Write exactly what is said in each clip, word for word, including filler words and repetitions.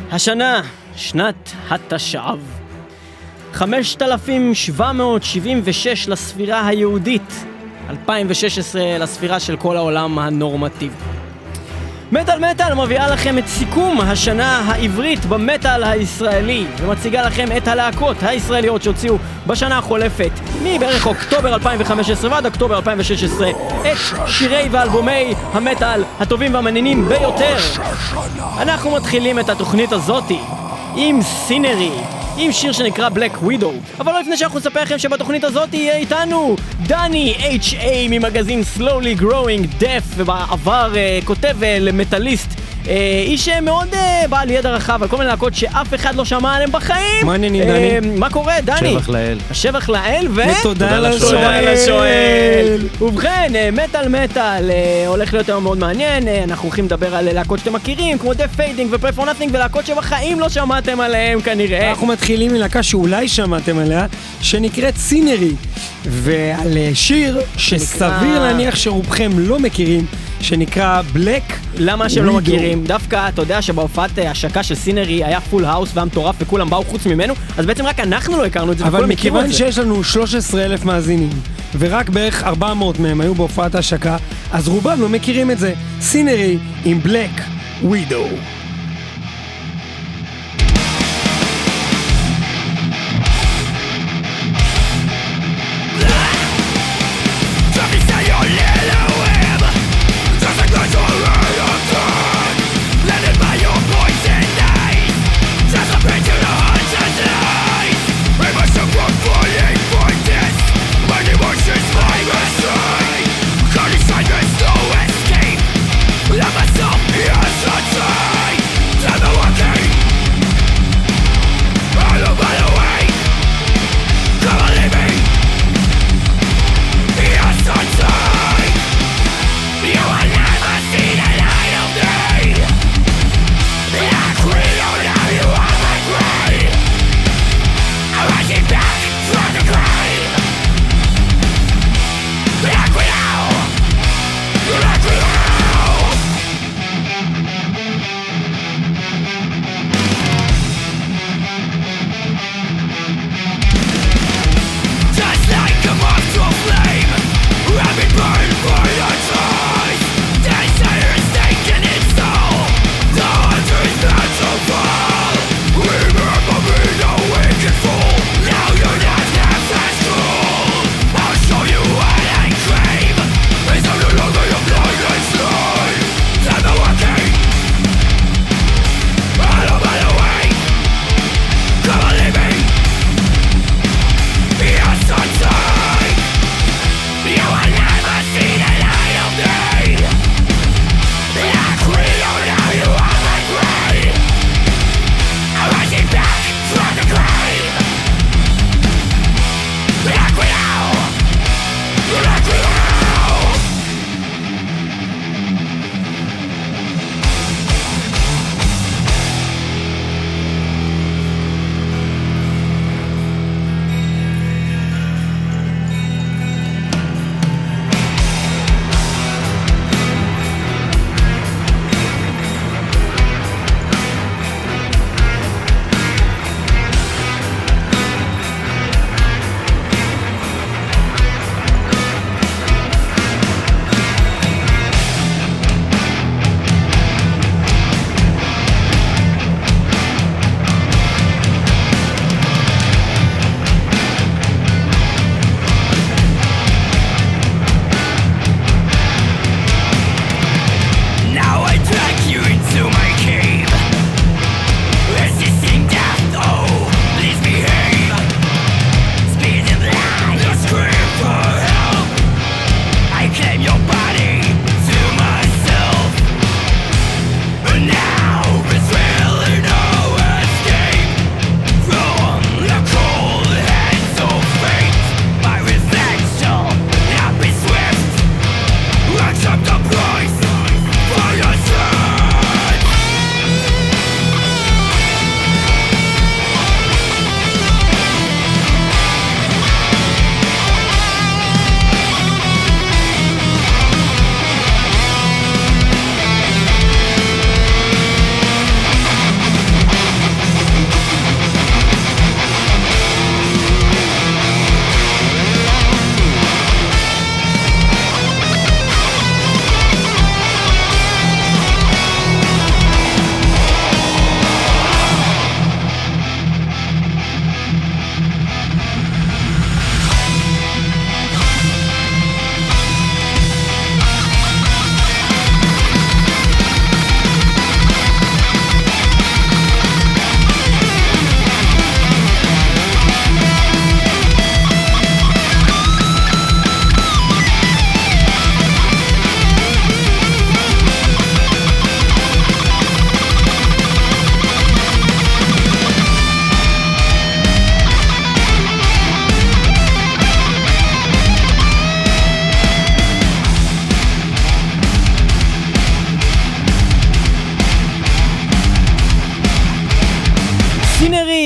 השנה, שנת התשע"ב. חמשת אלפים שבע מאות שבעים ושש לספירה היהודית, אלפיים ושש עשרה לספירה של כל העולם הנורמטיבי. מטל מטל מביאה לכם את סיכום השנה העברית במטל הישראלי, ומציגה לכם את הלהקות הישראליות שהוציאו בשנה החולפת מבערך אוקטובר אלפיים וחמש עשרה ועד אוקטובר אלפיים ושש עשרה את שירי ואלבומי המטל הטובים והמעניינים ביותר. אנחנו מתחילים את התוכנית הזאתי עם סינרי, עם שיר שנקרא Black Widow. אבל לא לפני שאנחנו נספר לכם שבתוכנית הזאת יהיה איתנו דני אייץ' איי ממגזין Slowly Growing Deaf, ובעבר uh, כותב uh, למטליסט, uh, איש מאוד uh, בעל ידע רחב על כל מיני להקות שאף אחד לא שמע עליהם בחיים. מה העניינים, דני? Uh, מה קורה, דני? שבח לאל. שבח לאל ו... ותודה לשואל. ובכן, מטל מטל הולך להיות היום מאוד מעניין. אנחנו הולכים לדבר על להקות שאתם מכירים, כמו Death Fading ו-Pray for Nothing, ולהקות שבחיים לא שמעתם עליהם כנראה. אנחנו מתחילים מלהקה שאולי שמעתם עליה, שנקראת סינרי, ועל שיר שסביר להניח שרובכם לא מכירים, שנקרא Black. למה שהם לא מכירים? דווקא אתה יודע שבהופעת השקה של סינרי היה פול האוס והיה מטורף וכולם באו חוץ ממנו, אז בעצם רק אנחנו לא הכרנו את זה. אבל מכיוון שיש לנו שלושה עשר אלף מאזינים ורק בערך ארבע מאות מהם היו בהופעת השקה, אז רובם לא מכירים את זה. סינרי עם Black Widow. Let myself be a sunshine.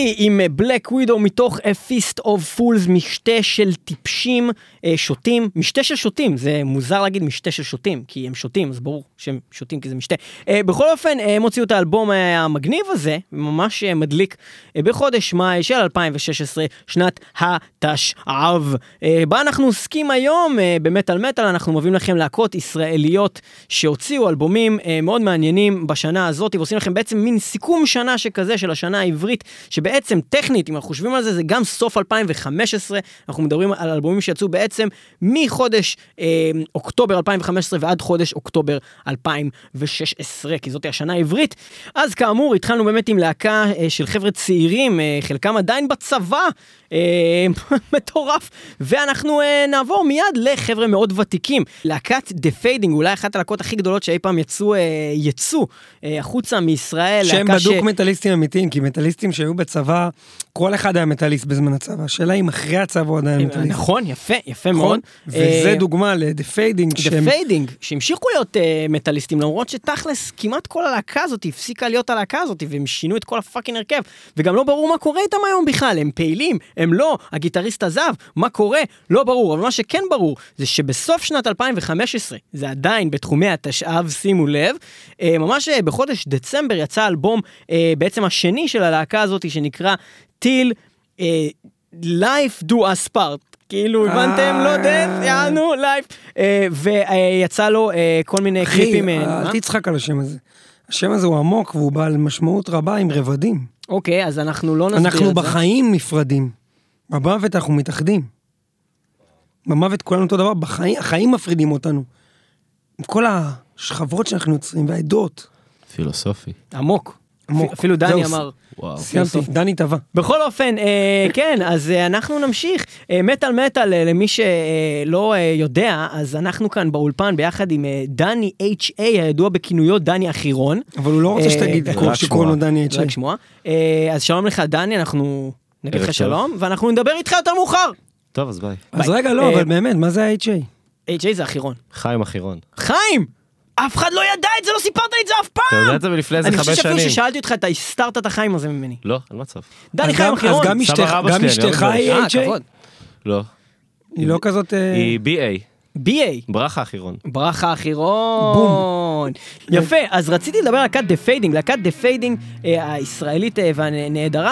נוציא עם בלק ווידו מתוך A Fist of Fools, משתה של טיפשים שוטים, משתה של שוטים, זה מוזר להגיד משתה של שוטים, כי הם שוטים, אז ברור שהם שוטים כי זה משתה. בכל אופן, הם הוציאו את האלבום המגניב הזה, ממש מדליק, בחודש מאי של אלפיים ושש עשרה, שנת התשע"ו. בה אנחנו עוסקים היום במטל מטל, אנחנו מביאים לכם להקות ישראליות שהוציאו אלבומים מאוד מעניינים בשנה הזאת, ועושים לכם בעצם מין סיכום שנה שכזה של השנה העברית, שבעצם טכנית, אם אנחנו חושבים על זה, זה גם סוף אלפיים וחמש עשרה, אנחנו מדברים על אלבומים שיצאו בעצם מחודש אה, אוקטובר אלפיים וחמש עשרה ועד חודש אוקטובר אלפיים ושש עשרה, כי זאת השנה העברית. אז כאמור, התחלנו באמת עם להקה אה, של חבר'ה צעירים, אה, חלקם עדיין בצבא, אה, מטורף, ואנחנו אה, נעבור מיד לחבר'ה מאוד ותיקים. להקת The Fading, אולי אחת הלהקות הכי גדולות שאי פעם יצאו, אה, יצאו אה, החוצה מישראל. שהם בדוק ש... מטליסטים אמיתיים, כי מטליסטים שהיו בצבא, כל אחד היה מטליסט בזמן הצבא. השאלה אם אחרי הצבא הוא עדיין מטליסט. נכון, יפה, יפה מאוד. וזה דוגמה ל-The Fading. The Fading, שהמשיכו להיות מטליסטים, למרות שתכלס כמעט כל הלהקה הזאת הפסיקה להיות הלהקה הזאת, והם שינו את כל הפאקינג הרכב, וגם לא ברור מה קורה איתם היום בכלל, הם פעילים, הם לא, הגיטריסט עזב, מה קורה? לא ברור, אבל מה שכן ברור, זה שבסוף שנת אלפיים וחמש עשרה, זה עדיין בתחומי התשע"ו, שימו לב, ממש בחודש דצמבר יצא אלבום, בעצם השני של הלהקה הזאת, שנקרא Till Life Do Us Part, כאילו, הבנתם? לא דף, יענו, לייף. ויצא לו כל מיני קליפים. אל תצחק על השם הזה. השם הזה הוא עמוק, והוא בעל משמעות רבה עם רבדים. אוקיי, אז אנחנו לא נסביר את זה. אנחנו בחיים נפרדים. במוות אנחנו מתאחדים. במוות כולנו אותו דבר, החיים מפרידים אותנו. עם כל השכבות שאנחנו יוצרים, והעדות. פילוסופי. עמוק. אפילו דני אמר. סיימתי, דני טבע. בכל אופן, כן, אז אנחנו נמשיך. מטל מטל, למי שלא יודע, אז אנחנו כאן באולפן ביחד עם דני אייץ' איי, הידוע בכינויו דני אחירון. אבל הוא לא רוצה שתגיד שקוראים לו דני אייץ' איי. רק שמוע. אז שלום לך דני, אנחנו נגיד לך שלום, ואנחנו נדבר איתך יותר מאוחר. טוב, אז ביי. אז רגע, לא, אבל באמת, מה זה ה-אייץ' איי? אייץ' איי זה אחירון. חיים אחירון. חיים! אף אחד לא ידע את זה, לא סיפרת את זה אף פעם! אתה יודע את זה מלפני איזה חמש שנים. אני חושב שאפילו ששאלתי אותך, אתה הסתרת את החיים הזה ממני. לא, אין מצב. דני חיים אחירון. אז גם אשתך היא אייץ' איי? לא. היא לא כזאת... היא בי איי. בי איי. ברכה אחירון. ברכה אחירון. בום. יפה, אז רציתי לדבר על להקת The Fading, להקת The Fading הישראלית והנהדרה,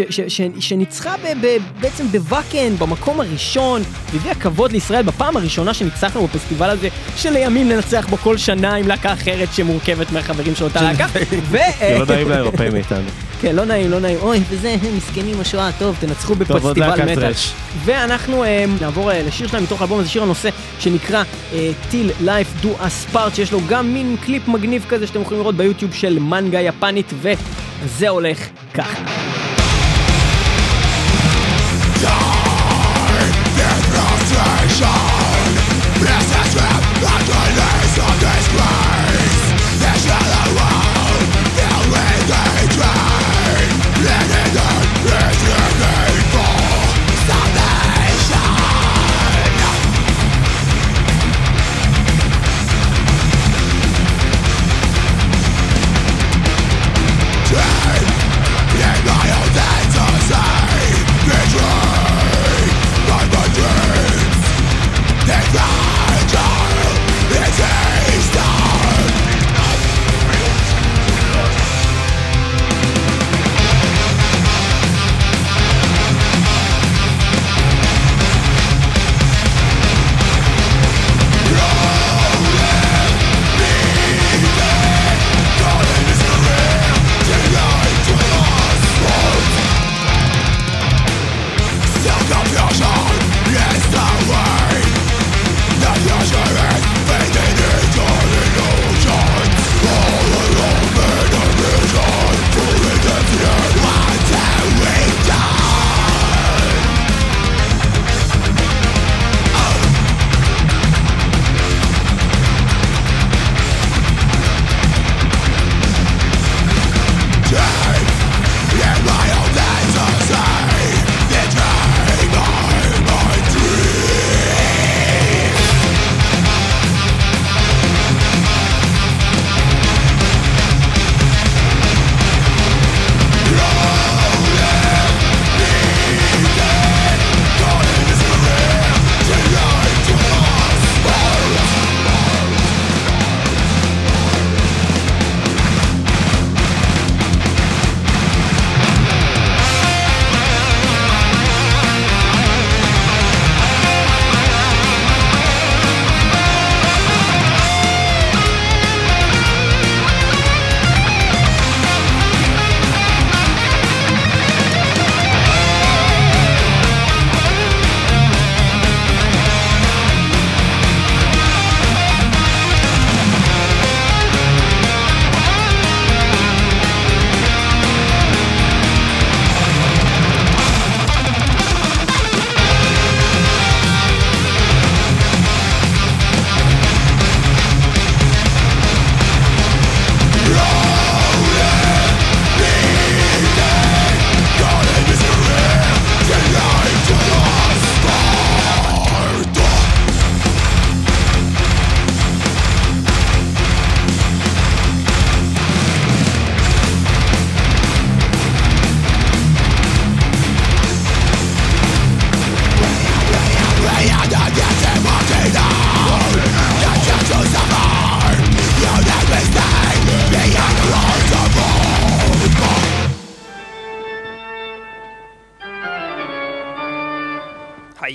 שניצחה בעצם בוואקן, במקום הראשון, והביאה כבוד לישראל בפעם הראשונה שניצחנו בפסטיבל הזה, שלימים ננצח בו כל שנה עם להקה אחרת שמורכבת מהחברים של אותה להקה. זה לא נעים לאירופאים מאיתנו. כן, לא נעים, לא נעים. אוי, וזה, מסכנים השואה, טוב, תנצחו בפסטיבל מטל. ואנחנו נעבור לשיר שלהם מתוך האלבום הזה, שיר הנושא שנקרא Till Life Do Us Part, שיש לו גם מין קליפ מגניב כזה שאתם יכולים לראות ביוטיוב של מנגה יפנית, וזה הולך ככה. It's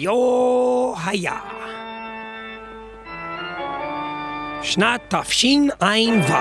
היו היה. שנת תשע"ו.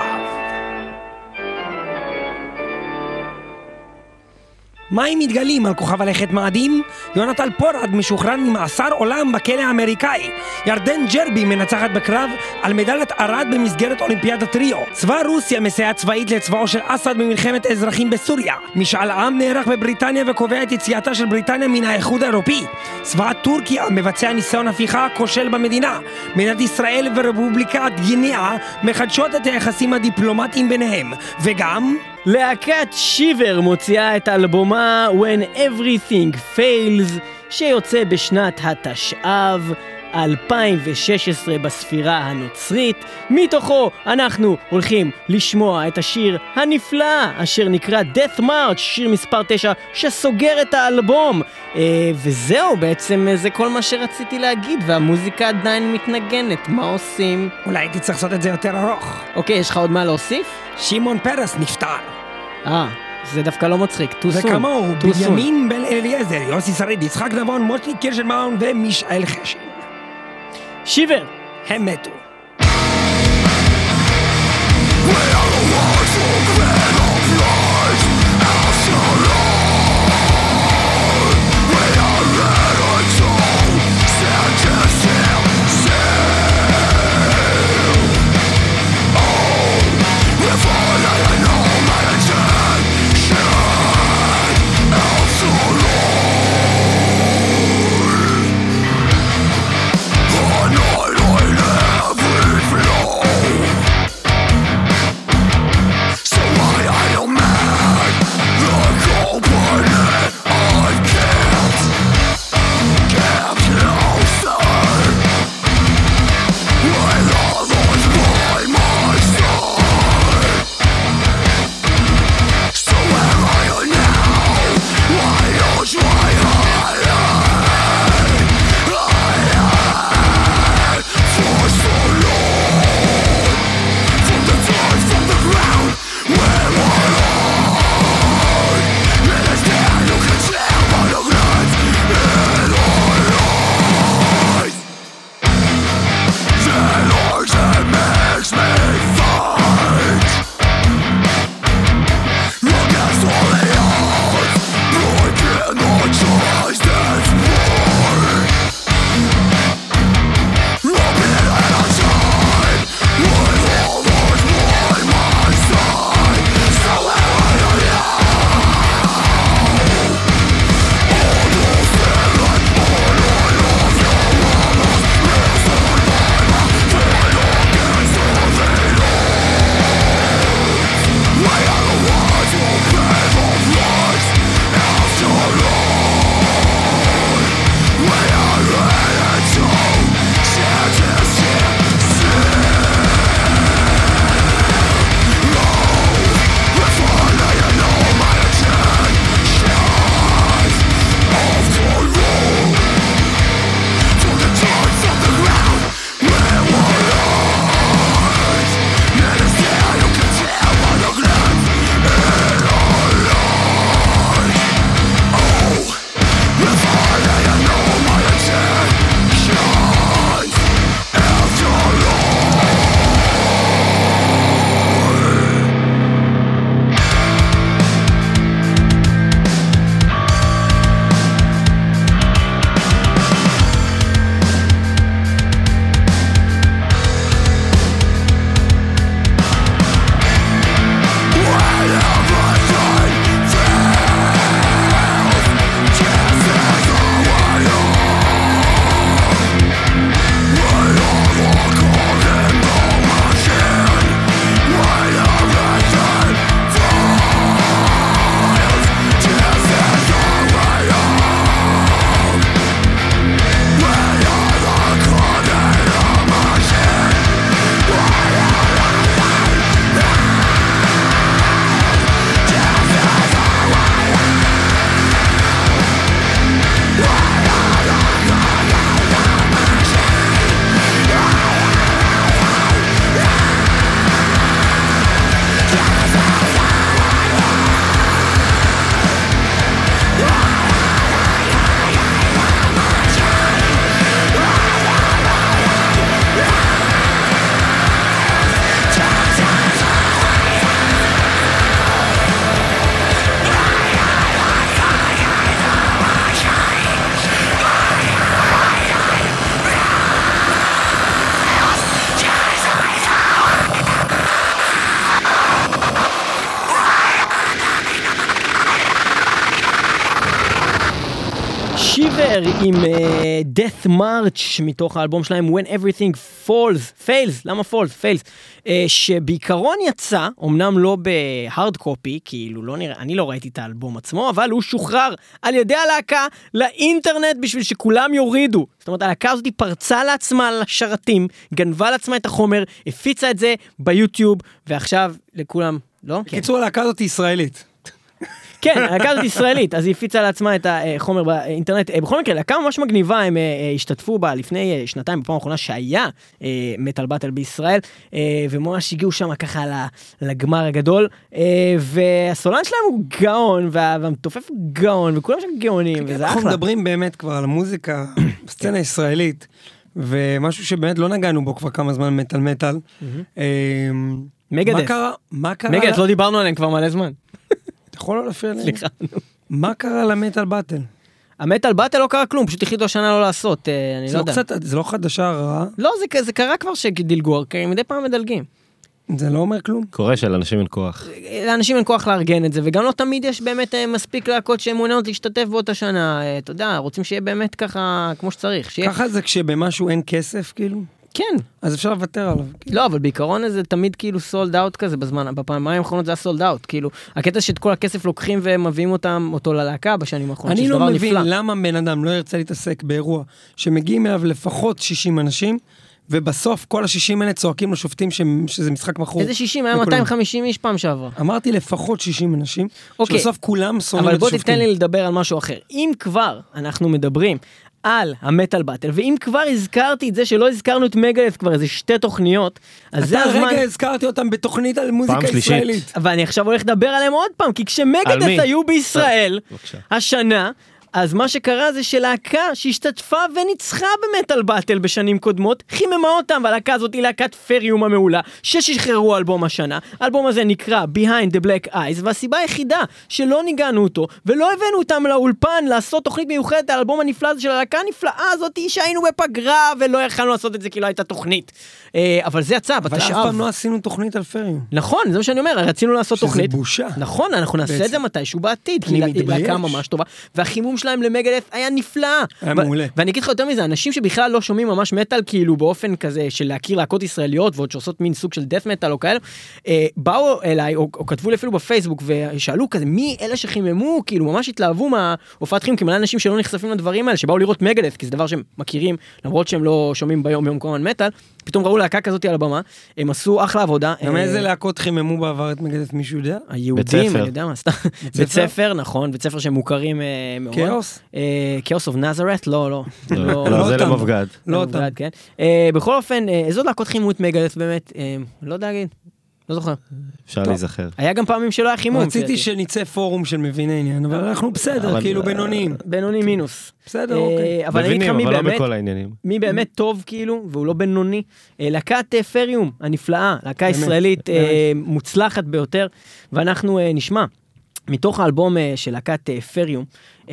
מים מתגלים על כוכב הלכת מאדים. יונתן פולארד משוחרר ממאסר עולם בכלא האמריקאי. ירדן ג'רבי מנצחת בקרב על מדליית ארד במסגרת אולימפיאדת ריו. צבא רוסיה מסייע צבאית לצבאו של אסד במלחמת האזרחים בסוריה. משאל עם נערך בבריטניה וקובע את יציאתה של בריטניה מן האיחוד האירופי. צבא טורקיה מבצע ניסיון הפיכה כושל במדינה. מדינת ישראל ורפובליקת גינאה מחדשות את היחסים הדיפלומטיים ביניהם. וגם להקת שיבר מוציאה את אלבומה When Everything Fails, שיוצא בשנת התשע"ו אלפיים ושש עשרה בספירה הנוצרית. מתוכו אנחנו הולכים לשמוע את השיר הנפלא אשר נקרא Death March, שיר מספר תשע שסוגר את האלבום. אה, וזהו, בעצם זה כל מה שרציתי להגיד, והמוזיקה עדיין מתנגנת. מה עושים? אולי הייתי צריך לעשות את זה יותר ארוך. אוקיי, יש לך עוד מה להוסיף? שמעון פרס נפטר. אה, זה דווקא לא מצחיק. טוסון. וכמוהו בנימין בן אליעזר, יוסי שריד, יצחק נבון, מוטי קירשנבאום ומישאל חשין. שיבר. הם מתו. ספר עם uh, Death March מתוך האלבום שלהם When Everything Falls, Fails, למה Falls? Fails, uh, שבעיקרון יצא, אמנם לא בהארד קופי, כאילו לא נראה, אני לא ראיתי את האלבום עצמו, אבל הוא שוחרר על ידי הלהקה לאינטרנט בשביל שכולם יורידו. זאת אומרת, הלהקה הזאת פרצה לעצמה לשרתים, גנבה לעצמה את החומר, הפיצה את זה ביוטיוב, ועכשיו לכולם, לא? בקיצור, הלהקה הזאת היא ישראלית. כן, הלהקה הזאת ישראלית, אז היא הפיצה לעצמה את החומר באינטרנט. בכל מקרה, להקה ממש מגניבה, הם השתתפו בה לפני שנתיים, בפעם האחרונה שהיה מטל באטל בישראל, וממש הגיעו שם ככה לגמר הגדול, והסולן שלהם הוא גאון, והמתופף הוא גאון, וכולם שם גאונים, וזה אחלה. אנחנו מדברים באמת כבר על המוזיקה, בסצנה הישראלית, ומשהו שבאמת לא נגענו בו כבר כמה זמן מטל מטל. מגדף. מה קרה? מה קרה? מגדף, לא דיברנו עליהם כבר מלא זמן. יכול לא להפריע להם. סליחה, נו. מה קרה למטל באטל? המטל באטל לא קרה כלום, פשוט החליטו השנה לא לעשות, אני לא יודע. זה לא חדשה רעה? לא, זה קרה כבר שדילגו, כי מדי פעם מדלגים. זה לא אומר כלום? קורה שלאנשים אין כוח. לאנשים אין כוח לארגן את זה, וגם לא תמיד יש באמת מספיק להקות שהן מעוניינות להשתתף באותה שנה, אתה יודע, רוצים שיהיה באמת ככה כמו שצריך. ככה זה כשבמשהו אין כסף, כאילו? כן. אז אפשר לוותר עליו. לא, אבל בעיקרון זה תמיד כאילו סולד אאוט כזה בזמן, בפעמיים האחרונות זה היה סולד אאוט, כאילו, הקטע שאת כל הכסף לוקחים ומביאים אותם, אותו ללהקה בשנים האחרונות, אני לא מבין למה בן אדם לא ירצה להתעסק באירוע שמגיעים אליו לפחות שישים אנשים, ובסוף כל ה-שישים האלה צועקים לשופטים שזה משחק מכור. איזה שישים? היה מאתיים וחמישים איש פעם שעברה. אמרתי לפחות שישים אנשים, שבסוף כולם שונאים את השופטים. אבל בוא תיתן לי לדבר על משהו אחר. אם כבר אנחנו מדברים על המטל באטל, ואם כבר הזכרתי את זה שלא הזכרנו את מגדף כבר איזה שתי תוכניות, אז זה הזמן... אתה רגע הזכרתי אותם בתוכנית על מוזיקה ישראלית. ואני עכשיו הולך לדבר עליהם עוד פעם, כי כשמגדף היו בישראל, השנה, אז מה שקרה זה שלהקה שהשתתפה וניצחה במטל באטל בשנים קודמות, חיממה אותם, והלהקה הזאת היא להקת פריום המעולה, ששחררו אלבום השנה. האלבום הזה נקרא Behind the Black Eyes, והסיבה היחידה שלא ניגענו אותו, ולא הבאנו אותם לאולפן לעשות תוכנית מיוחדת על האלבום הנפלא הזה של הלהקה הנפלאה הזאת, שהיינו בפגרה, ולא יכלנו לעשות את זה כי לא הייתה תוכנית. אבל זה יצא, בתשעב. אבל אף פעם לא עשינו תוכנית על פריום. נכון, זה מה שאני אומר, רצינו לעשות תוכנית. שזה בושה. נכון, אנחנו נעשה את זה מתישהו בעתיד, כי להקה ממש טובה. והחימום שלהם למגדף היה נפלא. היה מעולה. ואני אגיד לך יותר מזה, אנשים שבכלל לא שומעים ממש מטל, כאילו באופן כזה של להכיר להקות ישראליות, ועוד שעושות מין סוג של דף מטל או כאלה, באו אליי, או, או כתבו לי אפילו בפייסבוק, ושאלו כזה, מי אלה שחיממו, כאילו ממש התלהבו מההופעת חימום, כי מלא אנשים שלא נחשפים לדברים האלה, שבאו לראות מגדף, כי זה דבר שהם מכירים, למרות שהם לא שומעים ביום יום כמובן מטל, פתאום ראו להקה כזאת על הבמה, הם עשו אחלה עבודה. גם איזה להקות חיממו בעבר את מגדף, מישהו יודע? היהודים, אני יודע מה, סתם. בית ספר, נכון, בית ספר שהם מוכרים מאוד. כאוס? כאוס אוף נזרת? לא, לא. לא, זה למבגד. לא אותם. כן. בכל אופן, איזו להקות חימו את מגדף באמת, לא יודע להגיד. לא זוכר. אפשר להיזכר. היה גם פעמים שלא היה חימום. רציתי שניצא פורום של מביני עניין, אבל אנחנו בסדר, כאילו בינוניים. בינוני מינוס. בסדר, אוקיי. אבל אני אגיד לך מי אבל לא באמת, בכל העניינים. מי באמת טוב כאילו, והוא לא בינוני. להקת פריום הנפלאה, להקה ישראלית מוצלחת ביותר, ואנחנו נשמע מתוך האלבום של להקת פריום,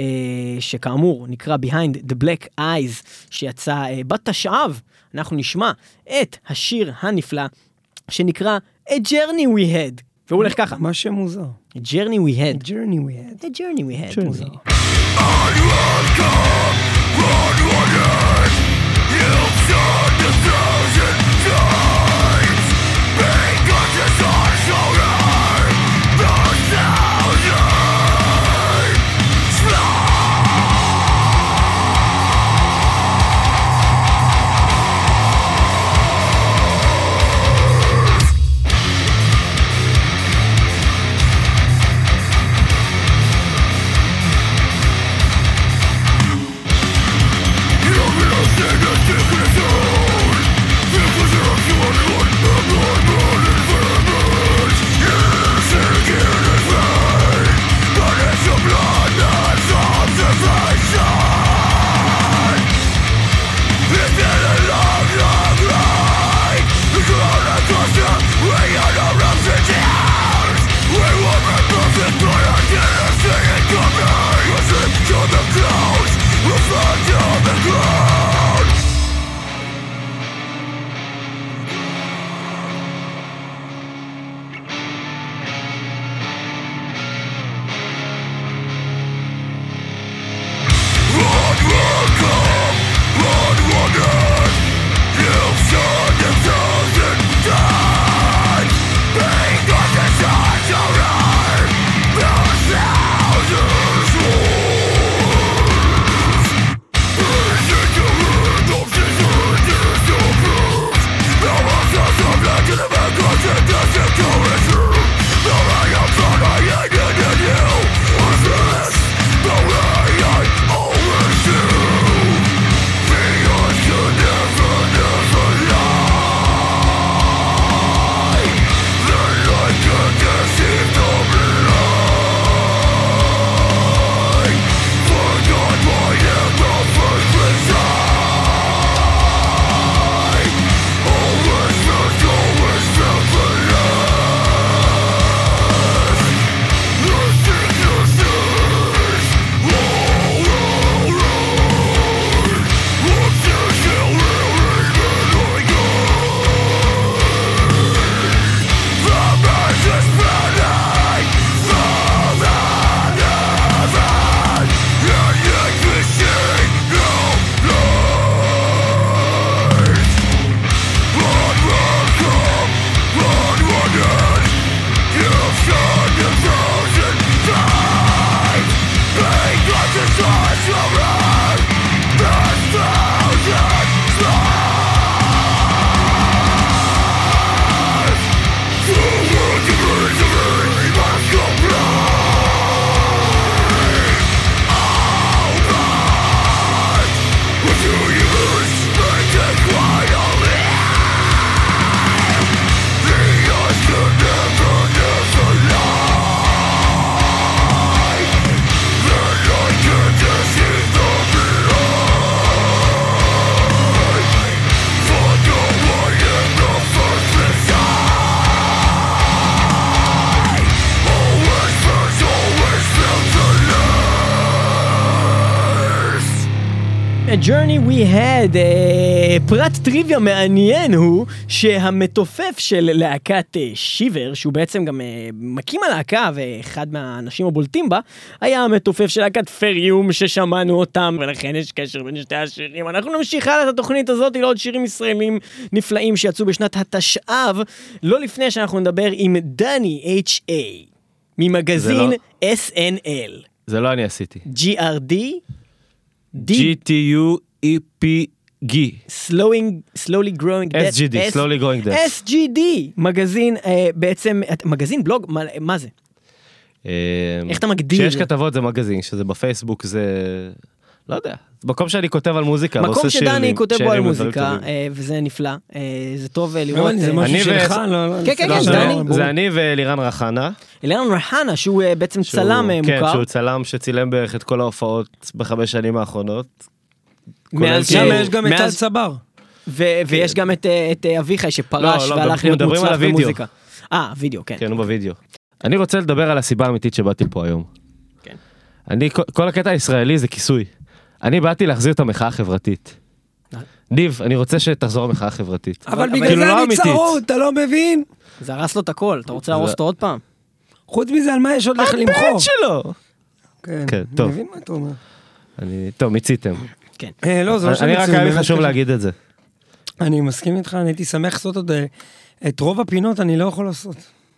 שכאמור נקרא Behind the Black Eyes, שיצא בתשעב, אנחנו נשמע את השיר הנפלא, שנקרא A Journey We Had, והוא הולך ככה. מה שמוזר. A Journey We Had. A Journey We Had. A Journey We Had. מוזר. You're A journey we had. uh, פרט טריוויה מעניין הוא שהמתופף של להקת uh, שיבר, שהוא בעצם גם uh, מקים הלהקה ואחד מהאנשים הבולטים בה, היה המתופף של להקת פריום ששמענו אותם, ולכן יש קשר בין שתי השירים. אנחנו נמשיך הלאה את התוכנית הזאת לעוד שירים ישראלים נפלאים שיצאו בשנת התשע"ב, לא לפני שאנחנו נדבר עם דני אייץ' איי ממגזין לא... אס אן אל. זה לא אני עשיתי. ג'י אר די? ג'י טי יו אי פי גי. Slowing, slowly growing death. אס ג'י די, slowly growing death. אס ג'י די, מגזין, אה, בעצם, מגזין, בלוג, מה, מה זה? איך אתה מגדיר? כשיש כתבות זה מגזין, שזה בפייסבוק זה... לא יודע. מקום שאני כותב על מוזיקה, מקום שדני כותב בו על מוזיקה, וזה נפלא. זה טוב לראות. זה משהו שלך, לא... כן, כן, כן, דני. זה אני ואלירן רחנה. אלירן רחנה, שהוא בעצם צלם מוכר. כן, שהוא צלם שצילם בערך את כל ההופעות בחמש שנים האחרונות. שם יש גם את צד צבר. ויש גם את אביחי שפרש והלך להיות מוצלח במוזיקה. אה, וידאו, כן. כן, הוא בווידאו. אני רוצה לדבר על הסיבה האמיתית שבאתי פה היום. כן. אני, כל הקטע הישראלי זה כיסוי. אני באתי להחזיר את המחאה החברתית. ניב, אני רוצה שתחזור המחאה החברתית. אבל בגלל זה אני צרות, אתה לא מבין? זה הרס לו את הכל, אתה רוצה להרוס אותו עוד פעם? חוץ מזה, על מה יש עוד לך למחור? הבן שלו! כן, טוב. מבין מה אתה אומר. טוב, מיציתם. כן. לא, זה לא אני רק היה חשוב להגיד את זה. אני מסכים איתך, אני הייתי שמח לעשות עוד... את רוב הפינות אני לא יכול לעשות.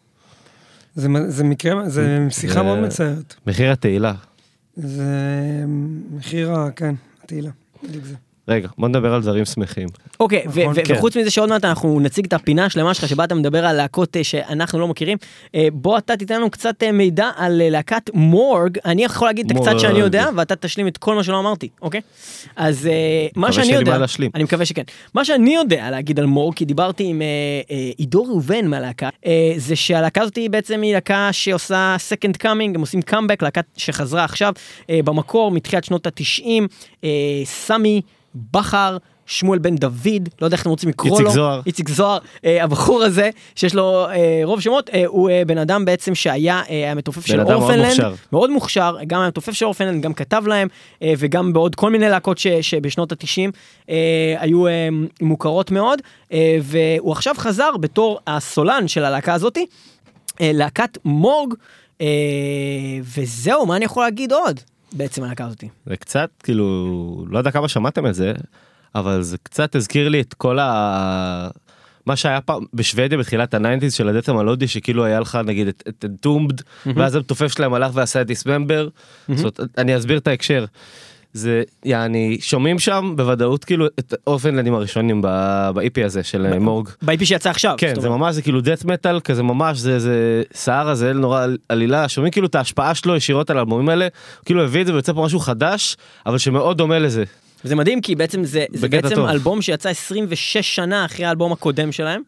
זה מקרה, זה שיחה מאוד מצערת. מחיר התהילה. זה מחיר, כן, התהילה. בדיוק זה. רגע, בוא נדבר על דברים שמחים. אוקיי, וחוץ מזה שעוד מעט אנחנו נציג את הפינה שלמה שלך, שבה אתה מדבר על להקות שאנחנו לא מכירים, בוא אתה תיתן לנו קצת מידע על להקת מורג, אני יכול להגיד את הקצת שאני יודע, ואתה תשלים את כל מה שלא אמרתי, אוקיי? אז מה שאני יודע, אני מקווה שכן, מה שאני יודע להגיד על מורג, כי דיברתי עם עידו ראובן מהלהקה, זה שהלהקה הזאת בעצם היא להקה שעושה second coming, הם עושים קאמבק, להקה שחזרה עכשיו במקור, מתחילת שנות ה-תשעים, סמי בחר, שמואל בן דוד, לא יודע איך אתם רוצים לקרוא לו. איציק זוהר. איציק זוהר, אה, הבחור הזה, שיש לו אה, רוב שמות, אה, הוא אה, בן אדם בעצם שהיה אה, המתופף של אורפנלנד. מאוד מוכשר. מאוד מוכשר, גם המתופף של אורפנלנד, גם כתב להם, אה, וגם בעוד כל מיני להקות ש, שבשנות ה-תשעים אה, היו אה, מוכרות מאוד, אה, והוא עכשיו חזר בתור הסולן של הלהקה הזאת, אה, להקת מורג, אה, וזהו, מה אני יכול להגיד עוד? בעצם הלהקה הזאת. זה קצת, כאילו, לא יודע כמה שמעתם את זה, אבל זה קצת הזכיר לי את כל ה... מה שהיה פעם בשוודיה בתחילת ה-תשעים של הדאט המלודי, שכאילו היה לך נגיד את Entombed, ואז המתופף שלהם הלך ועשה את Dismember, זאת אומרת, אני אסביר את ההקשר. זה, יעני, שומעים שם בוודאות כאילו את אורפנלנדים הראשונים ב-אי פי הזה של מורג. ב-אי פי שיצא עכשיו. כן, זה ממש, זה כאילו דאט מטל, כזה ממש, זה סער הזה, נורא עלילה, שומעים כאילו את ההשפעה שלו ישירות על האלבומים האלה, כאילו הביא את זה ויוצא פה משהו חדש, אבל שמאוד דומה לזה. זה מדהים, כי בעצם זה, זה בעצם אלבום שיצא עשרים ושש שנה אחרי האלבום הקודם שלהם,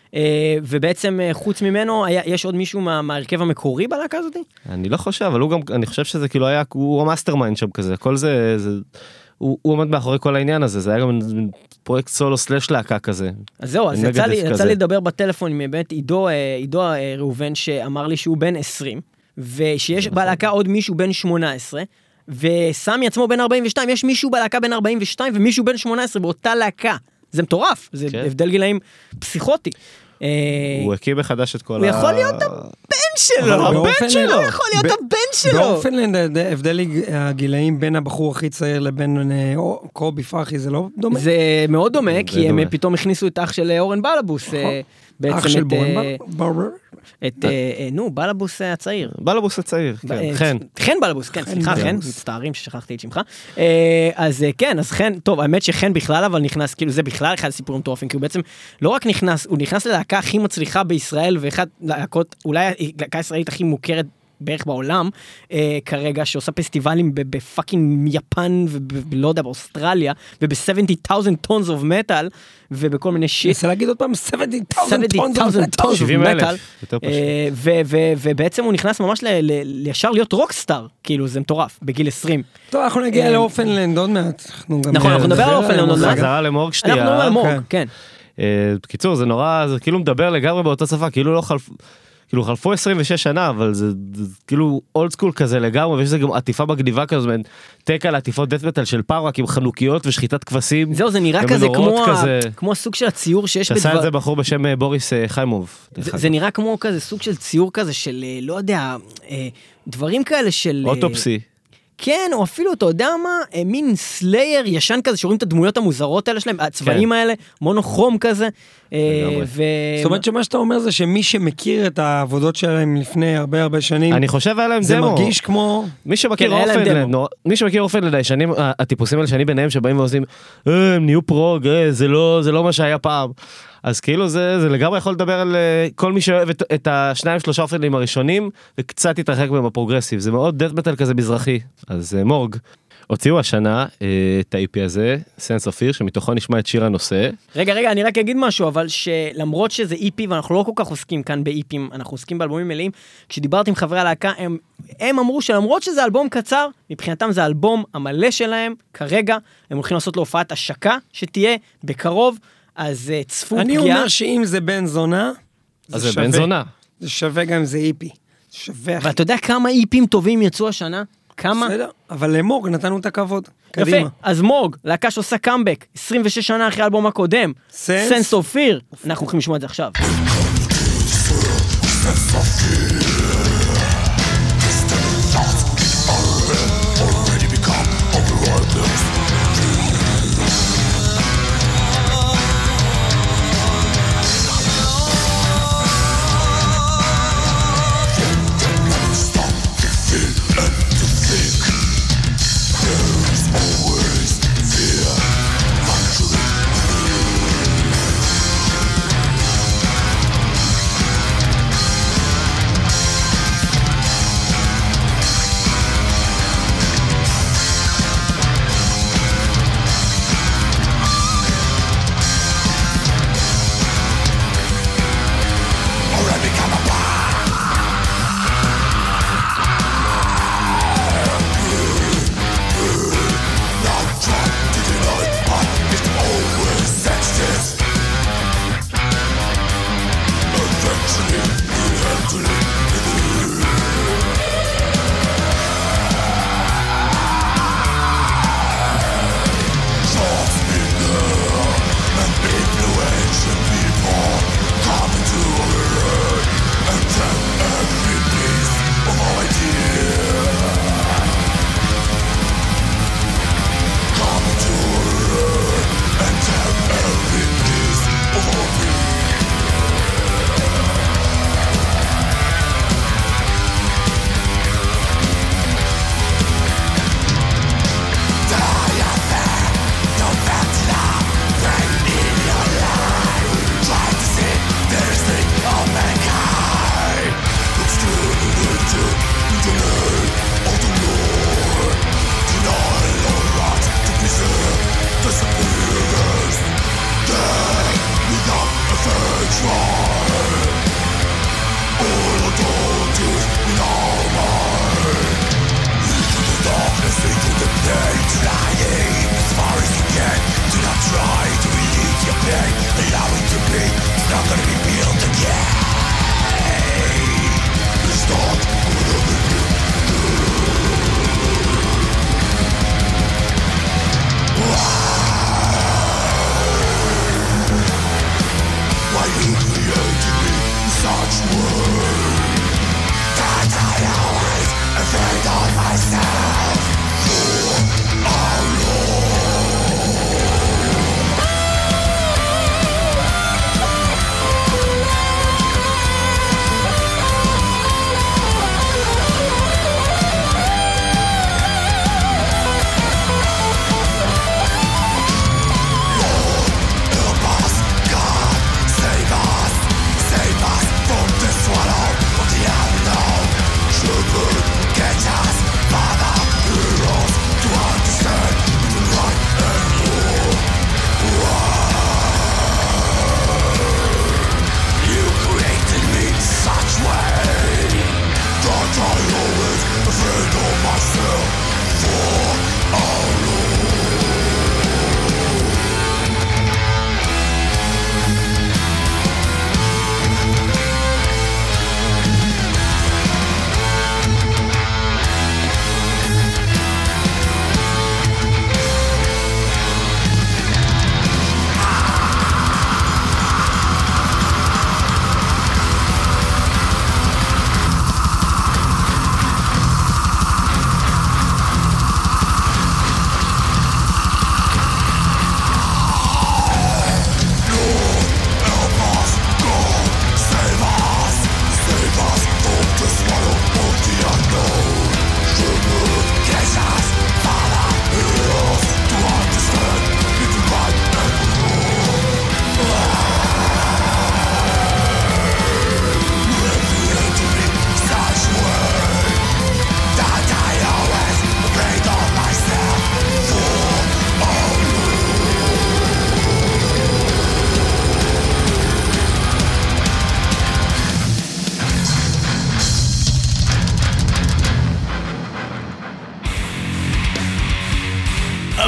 ובעצם חוץ ממנו, היה, יש עוד מישהו מה, מהרכב המקורי בלהקה הזאת? אני לא חושב, אבל הוא גם, אני חושב שזה כאילו היה, הוא המאסטרמיינד שם כזה, כל זה, זה הוא, הוא עומד מאחורי כל העניין הזה, זה היה גם פרויקט סולו סלש להקה כזה. אז זהו, אז יצא לי, יצא לי לדבר בטלפון עם באמת עידו, עידו ראובן, שאמר לי שהוא בן עשרים, ושיש בלהקה עוד מישהו בן שמונה עשרה, וסמי עצמו בן ארבעים ושתיים, יש מישהו בלהקה בן ארבעים ושתיים, ומישהו בן שמונה עשרה באותה להקה. זה מטורף, זה הבדל גילאים פסיכוטי. הוא הקים מחדש את כל ה... הוא יכול להיות הבן שלו, הבן שלו, הוא יכול להיות הבן שלו. באורפנלנד, הבדל הגילאים בין הבחור הכי צעיר לבין קובי פרחי, זה לא דומה? זה מאוד דומה, כי הם פתאום הכניסו את אח של אורן בלבוס. אח של בורן בלבוס? את, נו, בלבוס הצעיר. בלבוס הצעיר, כן, חן. חן בלבוס, כן, סליחה, חן, מצטערים ששכחתי את שמך. אז כן, אז חן, טוב, האמת שחן בכלל, אבל נכנס, כאילו זה בכלל אחד הסיפורים טורפים, כי הוא בעצם לא רק נכנס, הוא נכנס ללהקה הכי מצליחה בישראל, ואחד להקות, אולי להקה ישראלית הכי מוכרת בערך בעולם, אה, כרגע, שעושה פסטיבלים בפאקינג יפן, ולא יודע, באוסטרליה, וב-שבעים אלף tons of metal, ובכל מיני שיט. נסה להגיד עוד פעם, שבעים אלף tons of metal. ובעצם הוא נכנס ממש לישר להיות רוקסטאר, כאילו זה מטורף, בגיל עשרים. טוב, אנחנו נגיע לאורפנלנד עוד מעט. נכון, אנחנו נדבר על אורפנלנד עוד מעט. חזרה למורג שתייה. אנחנו נדבר על מורג, כן. בקיצור, זה נורא, זה כאילו מדבר לגמרי באותה שפה, כאילו לא חלפ... כאילו חלפו עשרים ושש שנה, אבל זה, זה כאילו אולד סקול כזה לגמרי, ויש זה גם עטיפה מגניבה כזו, זאת אומרת, טקה לעטיפות דאט מטל של פעם, רק עם חנוכיות ושחיטת כבשים. זהו, זה נראה כזה כמו, כזה... כמו הסוג של הציור שיש בדבר... שעשה את זה בחור בשם בוריס חיימוב. זה, זה נראה כמו כזה סוג של ציור כזה של, לא יודע, דברים כאלה של... אוטופסי. כן, או אפילו, אתה יודע מה, מין סלייר ישן כזה, שרואים את הדמויות המוזרות האלה שלהם, הצבעים האלה, מונוכרום כזה. זאת אומרת שמה שאתה אומר זה שמי שמכיר את העבודות שלהם לפני הרבה הרבה שנים, אני חושב עליהם זה דמו. מרגיש כמו... מי שמכיר אופן, מי שמכיר אופן לדיישנים, הטיפוסים האלה שאני ביניהם שבאים ועושים, הם נהיו פרוג, זה לא מה שהיה פעם. אז כאילו זה, זה לגמרי יכול לדבר על כל מי שאוהב את, את השניים שלושה אופנים הראשונים, וקצת יתרחק בהם הפרוגרסיב. זה מאוד דאט מטל כזה מזרחי. אז מורג. הוציאו השנה את ה-אי פי הזה, Sense of Fear, שמתוכו נשמע את שיר הנושא. רגע, רגע, אני רק אגיד משהו, אבל שלמרות שזה אי פי, ואנחנו לא כל כך עוסקים כאן באי פי'ים, אנחנו עוסקים באלבומים מלאים, כשדיברתי עם חברי הלהקה, הם, הם אמרו שלמרות שזה אלבום קצר, מבחינתם זה האלבום המלא שלהם, כרגע, הם הולכים לעשות לו הופעת השקה, שתהיה בקרוב, אז צפו פגיעה. אני אומר שאם זה בן זונה, אז זה בן זונה. זה שווה גם אם זה אי פי. שווה. ואתה יודע כמה אי פי'ים טובים יצאו השנה? כמה? בסדר, אבל למורג נתנו את הכבוד. קדימה. יפה, אז מורג, להקה שעושה קאמבק, עשרים ושש שנה אחרי האלבום הקודם, Sense of Fear, אנחנו הולכים לשמוע את זה עכשיו.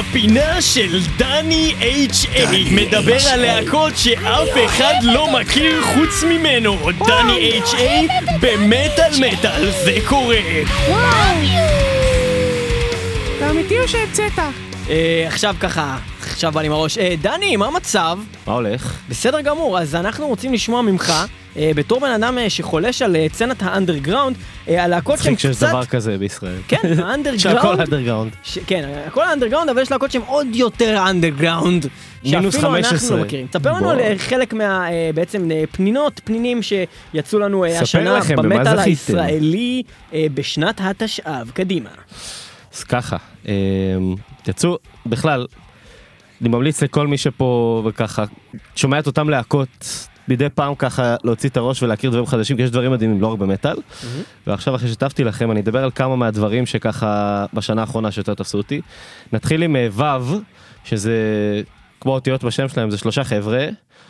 הפינה של דני אייץ' איי, מדבר על להקות שאף אחד לא מכיר חוץ ממנו. דני אייץ' איי במטל מטל, זה קורה. זה אמיתי או שהמצאת? עכשיו ככה, עכשיו בא לי מראש. דני, מה המצב? מה הולך? בסדר גמור, אז אנחנו רוצים לשמוע ממך, בתור בן אדם שחולש על סצנת האנדרגראונד, הלהקות שהן קצת... שיש דבר כזה בישראל. כן, האנדרגראונד. שהכל האנדרגראונד. כן, הכל האנדרגראונד, אבל יש להקות שהן עוד יותר האנדרגראונד. מינוס חמש עשרה. לא מכירים. תספר לנו על חלק מה, בעצם, פנינות, פנינים שיצאו לנו השנה במטל הישראלי בשנת התשע"ב. קדימה. אז ככה, יצאו, בכלל, אני ממליץ לכל מי שפה וככה, שומע את אותם להקות, בידי פעם ככה להוציא את הראש ולהכיר דברים חדשים, כי יש דברים מדהימים, לא רק במטל. ועכשיו אחרי שטפתי לכם, אני אדבר על כמה מהדברים שככה בשנה האחרונה שיותר תפסו אותי. נתחיל עם וו, שזה כמו אותיות בשם שלהם, זה שלושה חבר'ה,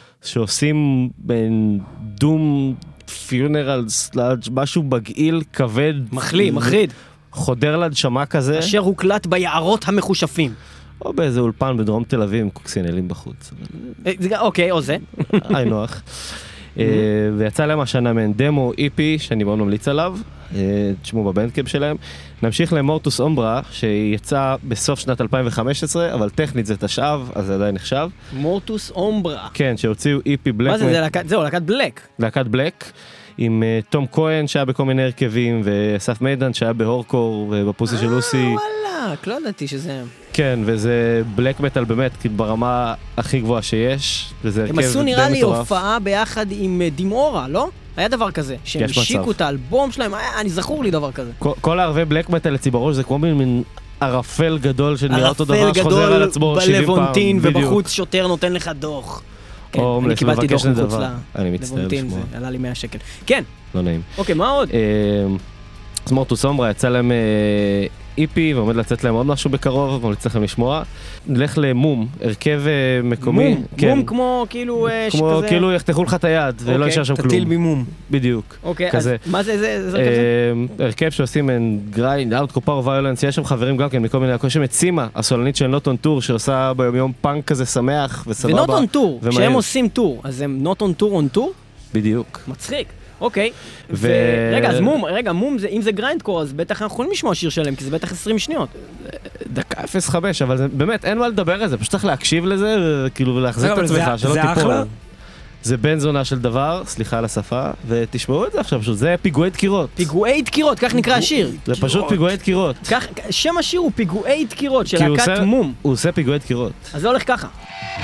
שעושים בין דום פיונרל סלאג' משהו בגעיל, כבד. מחלי, מחריד. חודר לנשמה כזה. אשר הוקלט ביערות המחושפים. או באיזה אולפן בדרום תל אביב עם קוקסינלים בחוץ. אוקיי, או זה. היי נוח. ויצא להם השנה מן דמו אי פי, שאני מאוד ממליץ עליו, תשמעו בבנדקאמפ שלהם. נמשיך למורטוס אומברה, שיצא בסוף שנת אלפיים וחמש עשרה, אבל טכנית זה תשע"ב, אז זה עדיין נחשב. מורטוס אומברה. כן, שהוציאו אי פי בלק. מה זה, זה להקת, זהו, להקת בלק. להקת בלק, עם תום כהן שהיה בכל מיני הרכבים, ואסף מידן שהיה בהורקור ובפוסי של לוסי. וואלה, לא ידעתי שזה... כן, וזה בלק מטל באמת, כאילו ברמה הכי גבוהה שיש, וזה הרכב די מטורף. הם עשו נראה לי הופעה ביחד עם דמאורה, לא? היה דבר כזה, שהם השיקו את האלבום שלהם, אני זכור לי דבר כזה. כל הערבי בלק מטל אצלי בראש זה כמו מין ערפל גדול שנראה אותו דבר שחוזר על עצמו שבעים פעם. ערפל גדול בלוונטין, ובחוץ שוטר נותן לך דוח. כן, אני קיבלתי דוח מחוץ לוונטין, זה עלה לי מאה שקל. כן. לא נעים. אוקיי, מה עוד? אז מורטוס אומברה יצא להם אי פי ועומד לצאת להם עוד משהו בקרוב, ממליץ לכם לשמוע. נלך למום, הרכב מקומי. מום, מום כמו כאילו כמו כאילו יחתכו לך את היד ולא ישר שם כלום. תטיל במום. בדיוק. אוקיי, אז מה זה זה? הרכב שעושים גריינד, אאוטקור פאוור ויולנס, יש שם חברים גם כן מכל מיני להקות, שם את סימה, הסולנית של נוט און טור, שעושה ביום יום פאנק כזה שמח וסבבה. ונוט און טור, כשהם עושים טור, אז הם נוט און טור און טור? בדיוק. מצחיק. אוקיי, רגע, אז מום, רגע, מום, אם זה גריינדקור, אז בטח אנחנו יכולים לשמוע שיר שלם, כי זה בטח עשרים שניות. דקה אפס חמש, אבל באמת אין מה לדבר על זה, פשוט צריך להקשיב לזה, כאילו, ולהחזיק את עצמך, שלא תיפול. זה בן זונה של דבר, סליחה על השפה, ותשמעו את זה עכשיו, פשוט זה פיגועי דקירות. פיגועי דקירות, כך נקרא השיר. זה פשוט פיגועי דקירות. שם השיר הוא פיגועי דקירות של להקת מום. הוא עושה פיגועי דקירות. אז זה הולך ככה.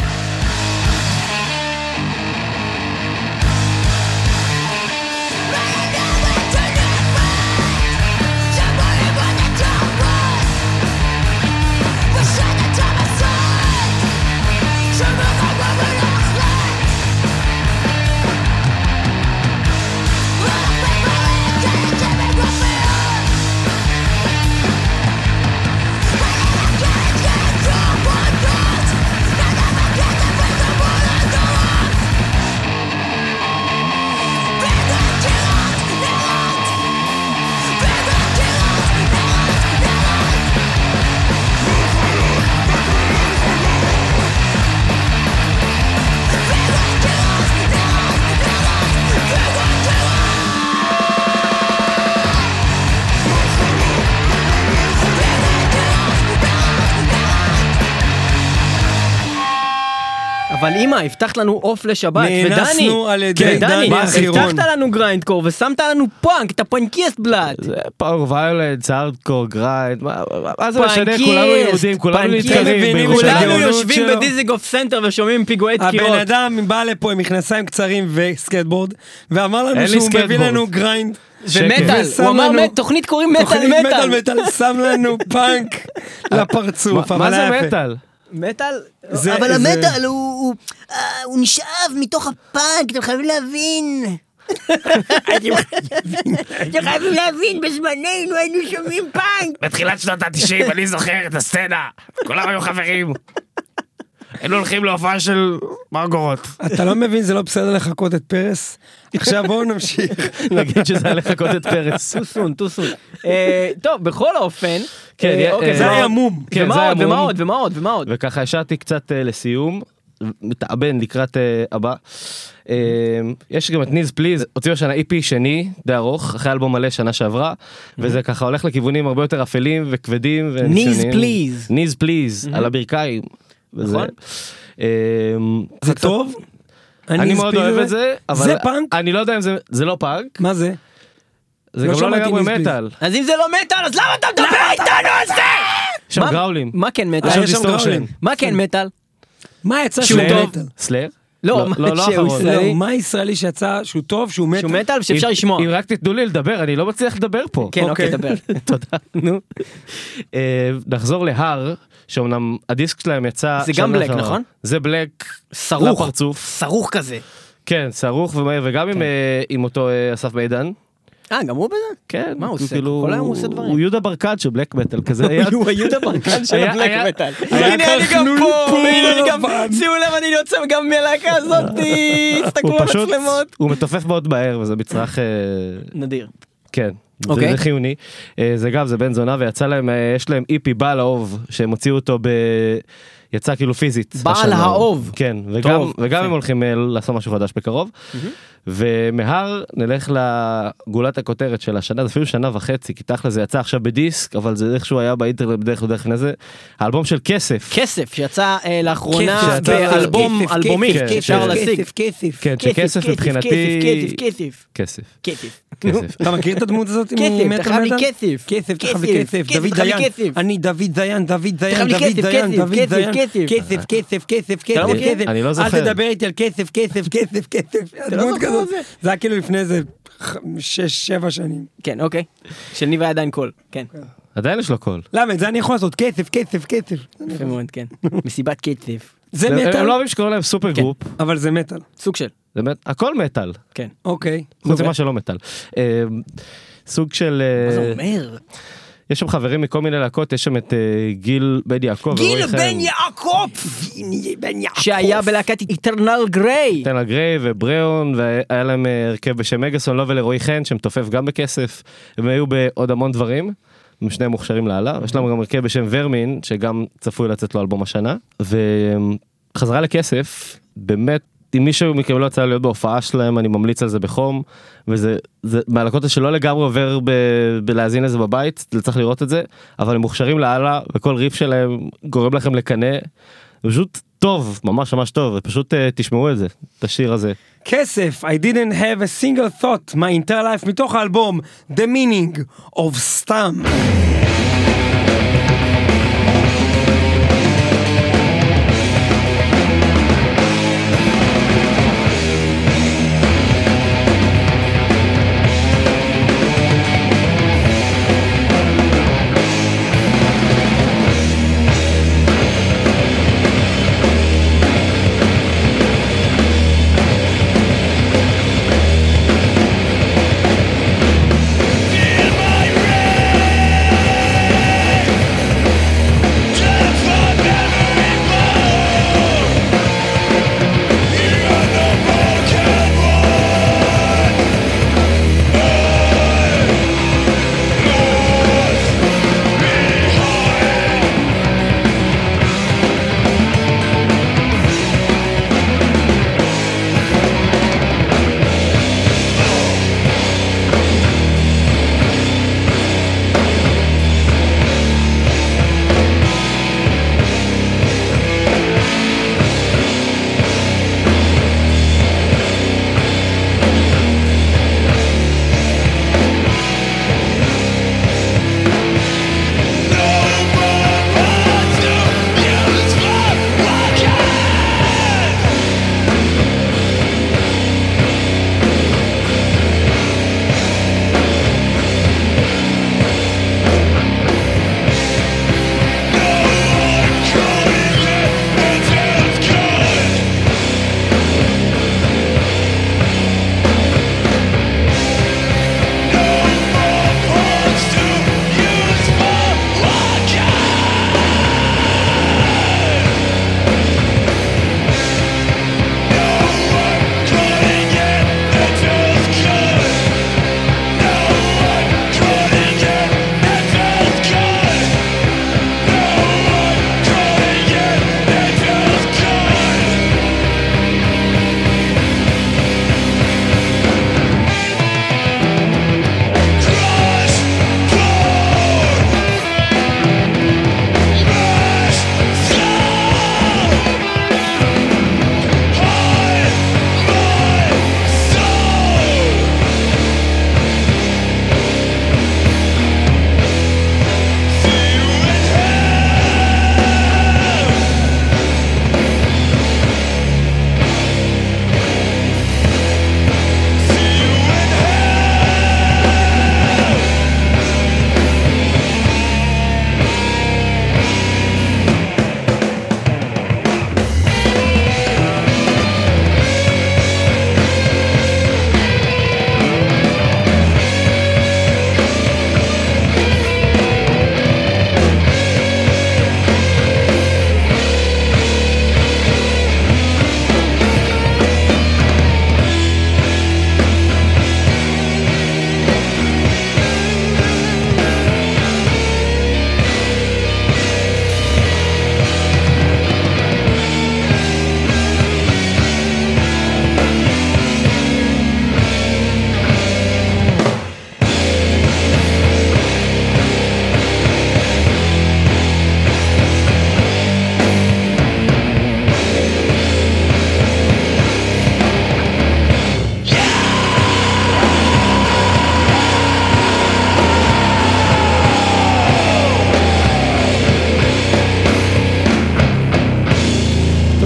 אבל אמא, הבטחת לנו אוף לשבת, ודני, נאנסנו על ידי דני החירון. הבטחת לנו גריינדקור, ושמת לנו פאנק, את הפאנקיסט בלאד. זה פאנק ויולנס, הארדקור, גריינד, מה זה משנה, כולנו יהודים, כולנו נתקרים. כולנו יושבים בדיזיגוף סנטר ושומעים פיגועי דקירות. הבן אדם בא לפה עם מכנסיים קצרים וסקטבורד, ואמר לנו שהוא מביא לנו גריינד. ומטל, הוא אמר, תוכנית קוראים מטל מטל. תוכנית מטל מטל, שם לנו פאנק לפרצוף. מה זה מטל? מטל, אבל המטל הוא נשאב מתוך הפאנק, אתם חייבים להבין. אתם חייבים להבין, בזמננו היינו שומעים פאנק. בתחילת שנות ה-תשעים אני זוכר את הסצנה, כולם היו חברים. הם הולכים להופעה של מרגורות. אתה לא מבין, זה לא בסדר לחכות את פרס? עכשיו בואו נמשיך. נגיד שזה היה לחכות את פרס. טוסון, טוסון. אה, טוב, בכל האופן, כן, אה, אה, אוקיי, זה ומה היה עוד? מום. כן, ומה זה היה עוד, מום. ומה עוד, ומה עוד, ומה עוד? וככה השעתי קצת אה, לסיום, מתאבן לקראת אה, הבא. אה, יש גם את ניז פליז, הוציאו השנה אי פי שני, די ארוך, אחרי אלבום מלא שנה שעברה, וזה ככה הולך לכיוונים הרבה יותר אפלים וכבדים. ניז פליז. ניז פליז, על הברכיים. וזה- נכון. אה, זה טוב? אני מאוד אספיד אוהב את זה, אבל זה פאנק? אני לא יודע אם זה, זה לא פאנק, מה זה? זה לא גם לא שמעתי לגמרי ניז פליז. מטאל. אז אם זה לא מטאל, אז למה אתה מדבר איתנו על זה? שם מה- גראולים. מה כן מטאל? אה, שם יש שם דיסטורשן. גראולים. מה כן מטאל? מה יצא שהוא שהוא טוב. מטאל? סלאר? לא, מה- לא, לא שהוא האחרון. ישראלי. לא, מה ישראלי שיצא שהוא טוב, שהוא מטאל? שהוא מטאל שאפשר לשמוע. אם רק תתנו לי לדבר, אני לא מצליח לדבר פה. כן, אוקיי, אוקיי. דבר. תודה. נו. אה, נחזור להר, שאומנם הדיסק שלהם יצא... זה גם שנה בלק, שעברה. נכון? זה בלק סרוך. לפרצוף. סרוך כזה. כן, סרוך ומהיר, וגם עם, אה, עם אותו אה, אסף מידן. אה, גם הוא בזה? כן. מה הוא עושה? כאילו, כל היום הוא עושה דברים. הוא יהודה ברקת של בלק מטל, כזה היה... הוא היהודה ברקן של היה- הבלק היה- מטאל. היה הנה אני גם חנון פה, פור והנה אני גם... לבן. שימו לב, אני יוצא גם מהלהקה הזאת, תסתכלו הוא על פשוט, מצלמות. הוא מתופף מאוד מהר, וזה מצרך... אה, נדיר. כן, זה- אוקיי. זה חיוני. אה, זה גם, זה בן זונה, ויצא להם, אה, יש להם איפי בעל האוב, שהם הוציאו אותו ב... יצא כאילו פיזית. בעל השנה. האוב. כן, וגם, טוב, וגם יפה. הם הולכים אה, לעשות משהו חדש בקרוב. ומהר נלך לגולת הכותרת של השנה, זה אפילו שנה וחצי, כי תכל'ס זה יצא עכשיו בדיסק, אבל זה איכשהו היה באינטרנט בדרך לדרך לזה, האלבום של כסף. כסף שיצא אה, לאחרונה כסף, באלבום כסף, אלבומי כסף, שאפשר כסף, להשיג. כסף, כסף. כן, שכסף מבחינתי... כסף, כסף, כסף. כסף. כסף. אתה מכיר את הדמות הזאת? כסף, ממטאל אתה חייב לי מטאל? כסף. כסף, אתה חייב כסף, לי כסף, כסף, דוד אתה חייב לי דיין, כסף. אני דוד דיין, דוד דיין, חייב לי דוד כסף, דיין, כסף, דוד כסף, דיין, כסף. כסף, כסף, כסף, אתה לא כסף, מכיר? כסף, אני לא אל זוכר. תדבר איתי על כסף, כסף, כסף, כסף, הדמות זוכר כזאת, את זה? זה היה כאילו לפני איזה ח- שש, שבע שנים. כן, אוקיי. של ניב היה עדיין קול, כן. עדיין יש לו קול. למה, את זה אני יכול לעשות, כסף, כסף, כסף. יפה מאוד, כן. מסיבת קצף. זה הם הם מטאל, לא אוהבים שקוראים להם סופר כן. גרופ, אבל זה מטאל, סוג של. זה באמת, הכל מטאל, כן. אוקיי. חוץ ממה שלא מטאל. אה, סוג של... מה זה אה, אומר? יש שם חברים מכל מיני להקות, יש שם את אה, גיל בן יעקב. גיל ורועי בן חן. יעקב! בן יעקב! שהיה בלהקת איטרנל גריי. טנל גריי ובריאון, והיה להם אה, הרכב בשם מגאסון, לא ולרועי חן, שמתופף גם בכסף, הם היו בעוד המון דברים, הם שניהם מוכשרים לעלה, יש להם גם הרכב בשם ורמין, שגם צפוי לצאת לו אלבום השנה, וחזרה לכסף, באמת, אם מישהו מכם לא יצא להיות בהופעה שלהם, אני ממליץ על זה בחום, וזה זה, מהלקות שלא לגמרי עובר ב, בלהזין לזה בבית, זה צריך לראות את זה, אבל הם מוכשרים לעלה, וכל ריף שלהם גורם לכם לקנא, זה פשוט טוב, ממש ממש טוב, ופשוט uh, תשמעו את זה, את השיר הזה. כסף, I didn't have a single thought my entire life, מתוך האלבום The Meaning of סתם. In my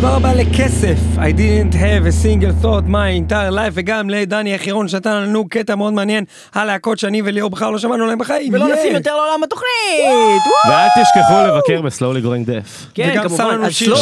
תודה רבה לכסף, I didn't have a single thought my entire life, וגם לדני החירון שנתן לנו קטע מאוד מעניין על להקות שאני וליאור בכלל לא שמענו להם בחיים. ולא נשים יותר לעולם התוכנית. ואל תשכחו לבקר ב-Slowly Growing Deaf. כן, כמובן.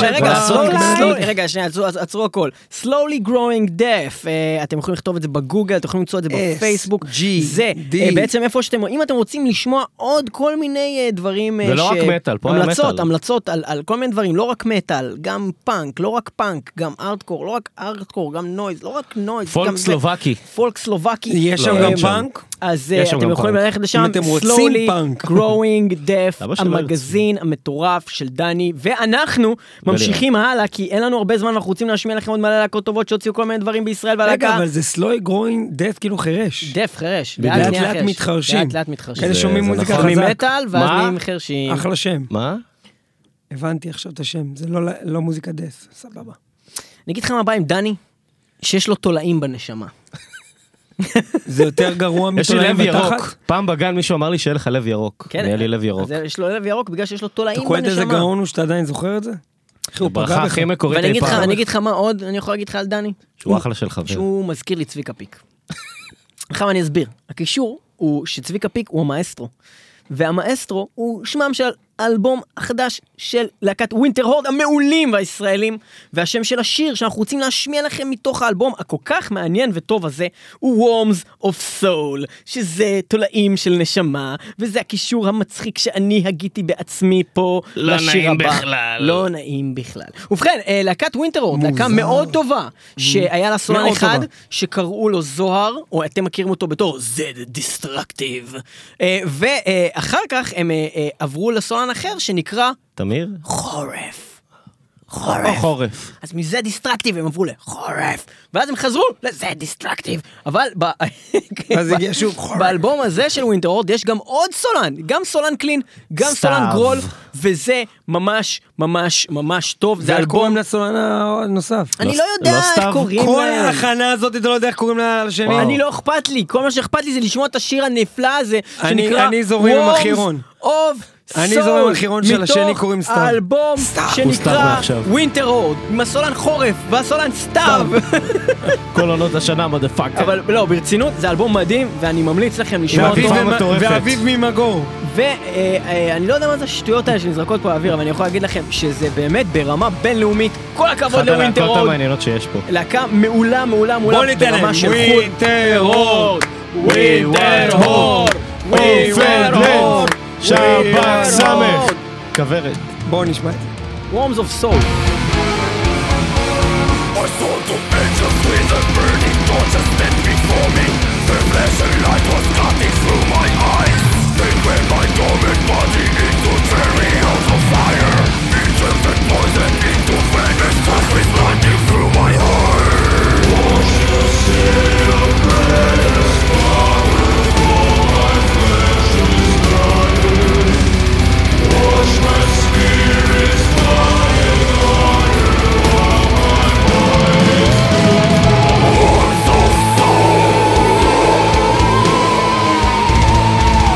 רגע, שנייה, עצרו הכל. Slowly Growing Deaf, אתם יכולים לכתוב את זה בגוגל, אתם יכולים למצוא את זה בפייסבוק. זה בעצם איפה שאתם, אם אתם רוצים לשמוע עוד כל מיני דברים, ולא רק מטל, פה היה מטל. המלצות על כל מיני דברים, לא רק מטל, גם פאנק, לא רק פאנק, גם ארטקור, לא רק ארטקור, גם נויז, לא רק נויז. פולק סלובקי. פולק סלובקי. יש שם גם פאנק? אז אתם יכולים ללכת לשם, Slowly Growing Deaf, המגזין המטורף של דני, ואנחנו ממשיכים הלאה, כי אין לנו הרבה זמן, אנחנו רוצים להשמיע לכם עוד מלא להקות טובות, שהוציאו כל מיני דברים בישראל והלהקה. רגע, אבל זה Slowly Growing Deaf כאילו חרש. דף חרש. לאט לאט מתחרשים. לאט לאט מתחרשים. כאלה שומעים מוזיקה חזק. שומעים מטל, ואז נהיים חרשים. אחלה שם. מה? הבנתי עכשיו את השם, זה לא מוזיקה דף, סבבה. אני אגיד לך מה בא עם דני, שיש לו תולעים בנשמה. זה יותר גרוע יש לי מתולעים לב בתחת? ירוק. פעם בגן מישהו אמר לי שיהיה לך לב ירוק. נהיה לי לב ירוק. יש לו לב ירוק בגלל שיש לו תולעים אתה בנשמה. קוראת איזה גאון הוא שאתה עדיין זוכר את זה? ברכה הכי מקורית ואני אי אגיד לך, פעם. אני אגיד לך מה עוד, אני יכול להגיד לך על דני? שהוא אחלה של חבר. שהוא מזכיר לי צביקה פיק. עכשיו אני אסביר. הקישור הוא שצביקה פיק הוא המאסטרו. והמאסטרו הוא שמם של אלבום החדש של להקת ווינטר הורד המעולים והישראלים, והשם של השיר שאנחנו רוצים להשמיע לכם מתוך האלבום הכל כך מעניין וטוב הזה הוא Worms of Soul, שזה תולעים של נשמה, וזה הקישור המצחיק שאני הגיתי בעצמי פה לא לשיר נעים הבא. בכלל. לא נעים בכלל. ובכן, להקת ווינטר הורד, להקה מאוד טובה, שהיה לה סולן מאוד אחד טובה. שקראו לו זוהר, או אתם מכירים אותו בתור זד דיסטרקטיב, ואחר כך הם עברו לסולן אחר שנקרא תמיר? חורף. או חורף. חורף. אז מזה דיסטרקטיב הם עברו לחורף, ואז הם חזרו לזה דיסטרקטיב, אבל ב... אז הגיע שוב חורף. באלבום הזה של ווינטר הורד יש גם עוד סולן, גם סולן קלין, גם סולן גרול, וזה ממש ממש ממש טוב. זה ואיך אלבום... קוראים לסולן הנוסף? אני לא יודע לא איך סתיו. קוראים כל להם. ההכנה הזאת אתה לא יודע איך קוראים לה לשני? אני לא אכפת לי, כל מה שאכפת לי זה לשמוע את השיר הנפלא הזה, אני- שנקרא אני זורם עם Worms החירון. of אני Soul, זורם עם החירון של השני, קוראים סתיו. מתוך האלבום הוא סתיו שנקרא מעכשיו. ווינטר הורד, עם הסולן חורף והסולן סתיו. כל עונות השנה, מודפאקר. אבל לא, ברצינות, זה אלבום מדהים, ואני ממליץ לכם לשמוע ואביב אותו. תופעה ממ- מטורפת. ואביב ממגור. ואני לא יודע מה זה השטויות האלה שנזרקות פה באוויר, אבל אני יכול להגיד לכם שזה באמת ברמה בינלאומית. כל הכבוד אחת לווינטר הלהקות הורד. המעניינות שיש פה. להקה מעולה, מעולה, מעולה. בוא ניתן להם, ברמה של ווינטר הורד, ווינטר הורד, ווינטר הורד, שבק סמך. כברת. בואו נשמע את זה. Worms of Soul. I saw the angels with a burning torches stand before me. Their flesh and light was cutting through my eyes. They ran my dormant body into chariots of fire. Injected poison into venomous touch with lightning through my heart. Wash the sin of greatest power, for my flesh is dying. Wash my spirit's flying higher, while my mind is Worms of Soul.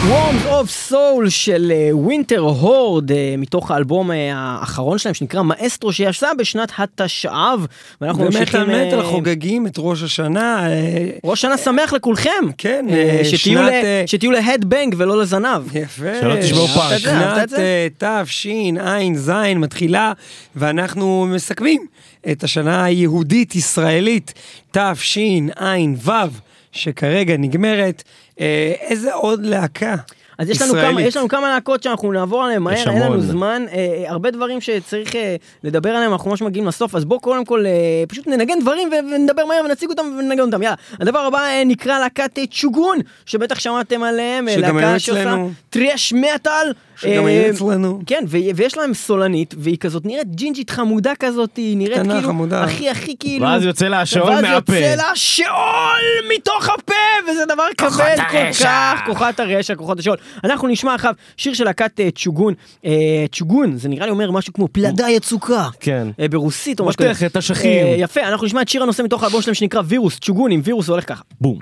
Worms of Soul של ווינטר הורד, מתוך האלבום האחרון שלהם שנקרא מאסטרו, שיצא בשנת התשע"ב, ואנחנו ממשיכים... ומטל מטל חוגגים את ראש השנה. ראש השנה שמח לכולכם. כן, שתהיו להדבנג ולא לזנב. יפה. שלא תשמעו פאנק. שנת תשע"ז מתחילה, ואנחנו מסכמים את השנה היהודית-ישראלית תשע"ו, שכרגע נגמרת. איזה עוד להקה אז יש לנו, כמה, יש לנו כמה להקות שאנחנו נעבור עליהם מהר, אין לנו זמן, אה, הרבה דברים שצריך אה, לדבר עליהם, אנחנו ממש מגיעים לסוף, אז בואו קודם כל אה, פשוט ננגן דברים ונדבר מהר ונציג אותם וננגן אותם, יאללה. הדבר הבא אה, נקרא להקת צ'וגון, שבטח שמעתם עליהם, להקה שעושה טרש מטל, שגם היו אצלנו. כן, ויש להם סולנית, והיא כזאת נראית ג'ינג'ית חמודה כזאת, היא נראית כאילו, הכי הכי כאילו, ואז יוצא לה השאול מהפה. ואז יוצא לה שאול מתוך הפה, וזה דבר כבד כל כך, כוחת הרשע, כוחות השאול. אנחנו נשמע עכשיו שיר של להקת צ'וגון, צ'וגון, זה נראה לי אומר משהו כמו פלדה יצוקה, כן, ברוסית או משהו כזה. מתכת השכים. יפה, אנחנו נשמע את שיר הנושא מתוך האלבום שלהם שנקרא וירוס, צ'וגון עם וירוס, זה הולך ככה. בום.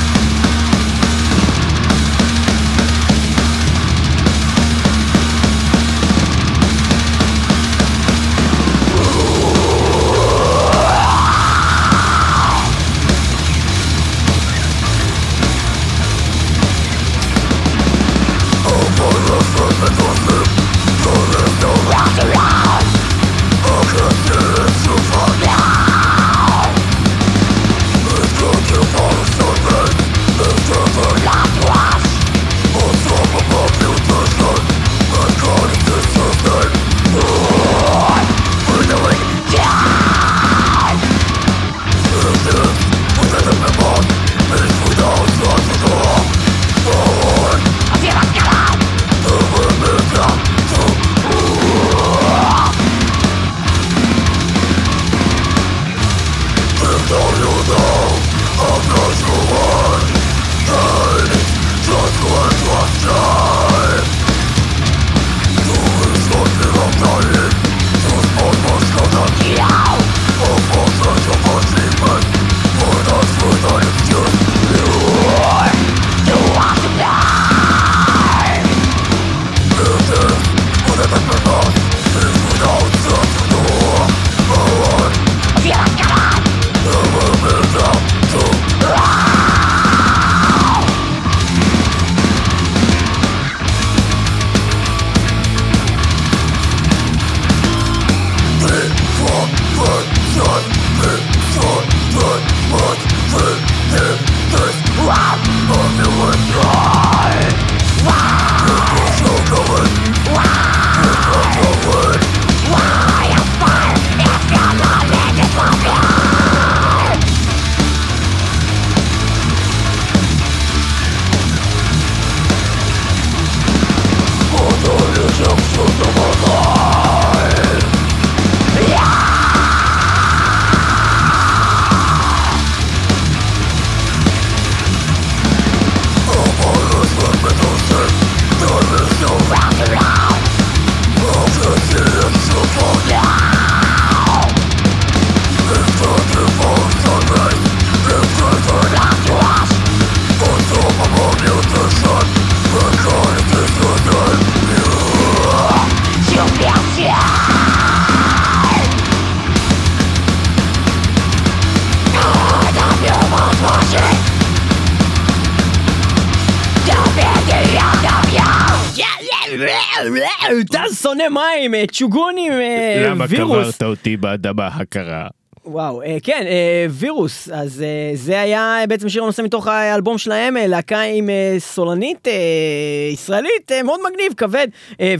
אתה שונא מים, צ'וגונים, וירוס. למה קברת אותי באדמה הקרה? וואו, כן, וירוס, אז זה היה בעצם שיר הנושא מתוך האלבום שלהם, להקה עם סולנית ישראלית, מאוד מגניב, כבד,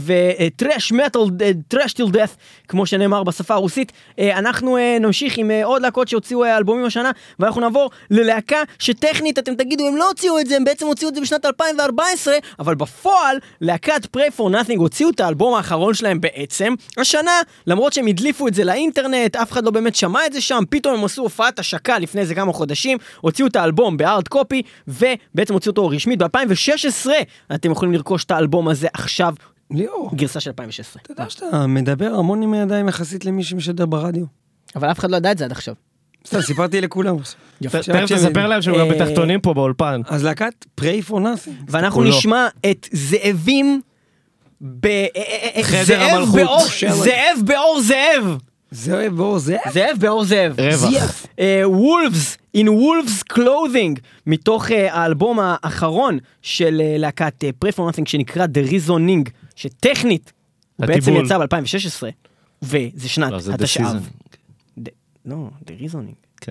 וטרש מטל, טרש טיל דף, כמו שנאמר בשפה הרוסית. אנחנו נמשיך עם עוד להקות שהוציאו אלבומים השנה, ואנחנו נעבור ללהקה שטכנית, אתם תגידו, הם לא הוציאו את זה, הם בעצם הוציאו את זה בשנת אלפיים וארבע עשרה, אבל בפועל, להקת Pray for Nothing הוציאו את האלבום האחרון שלהם בעצם, השנה, למרות שהם הדליפו את זה לאינטרנט, אף אחד לא באמת שמע את זה שם, פתאום הם עשו הופעת השקה לפני זה כמה חודשים, הוציאו את האלבום בהארד קופי, ובעצם הוציאו אותו רשמית ב-אלפיים ושש עשרה, אתם יכולים לרכוש את האלבום הזה עכשיו, ליאור, גרסה של אלפיים ושש עשרה. אתה יודע שאתה מדבר המון עם הידיים יחסית למי שמשדר ברדיו. אבל אף אחד לא ידע את זה עד עכשיו. סתם, סיפרתי לכולם. תכף תספר להם שהוא גם בתחתונים פה באולפן. אז להקת Pray for Nothing. ואנחנו נשמע את זאבים ב... חדר המלכות. זאב באור זאב. זאב באור זאב? זאב באור זאב. רווח. Wolves in Wolves Clothing, מתוך האלבום האחרון של להקת Pray for Nothing, שנקרא The Reasoning, שטכנית הוא בעצם יצא ב-אלפיים ושש עשרה, וזה שנת התשע"ב. לא, The Reasoning. כן.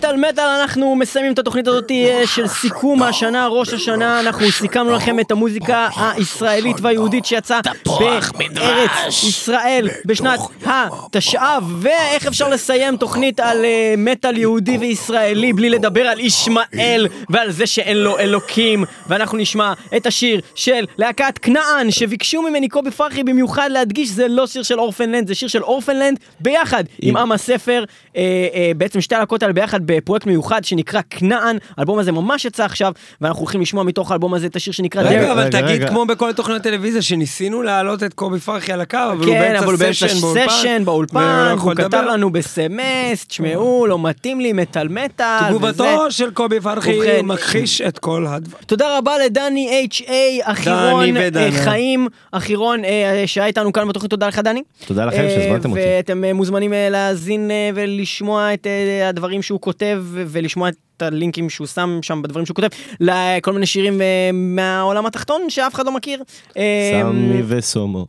במטל מטל אנחנו מסיימים את התוכנית הזאת של סיכום השנה, ראש השנה. אנחנו סיכמנו לכם את המוזיקה הישראלית והיהודית שיצאה בארץ ישראל בשנת התשע"ב, ואיך אפשר לסיים תוכנית על מטל יהודי וישראלי בלי לדבר על ישמעאל ועל זה שאין לו אלוקים. ואנחנו נשמע את השיר של להקת כנען שביקשו ממני קובי פרחי במיוחד להדגיש, זה לא שיר של אורפנלנד, זה שיר של אורפנלנד ביחד עם עם הספר, אה, אה, בעצם שתי הלהקות האלה ביחד בפרויקט מיוחד שנקרא כנען. האלבום הזה ממש יצא עכשיו ואנחנו הולכים לשמוע מתוך האלבום הזה את השיר שנקרא רגע, דרך. אבל תגיד כמו בכל תוכניות טלוויזיה שניסינו להעלות את קובי פרחי על הקו, אבל כן, הוא באמצע סשן באולפן, הוא כתב לנו בסמס, תשמעו, לא מתאים לי מטל מטל. תגובתו של קובי פרחי מכחיש את כל הדבר. תודה רבה לדני אייץ' איי, אחירון חיים, אחירון שהיה איתנו כאן בתוכנית. תודה לך דני. תודה לכם שהזמנתם אותי. ואתם מוזמנים להאזין ולשמוע את הדברים שהוא כותב ולשמוע את הלינקים שהוא שם שם בדברים שהוא כותב לכל מיני שירים מהעולם התחתון שאף אחד לא מכיר. סמי וסומו.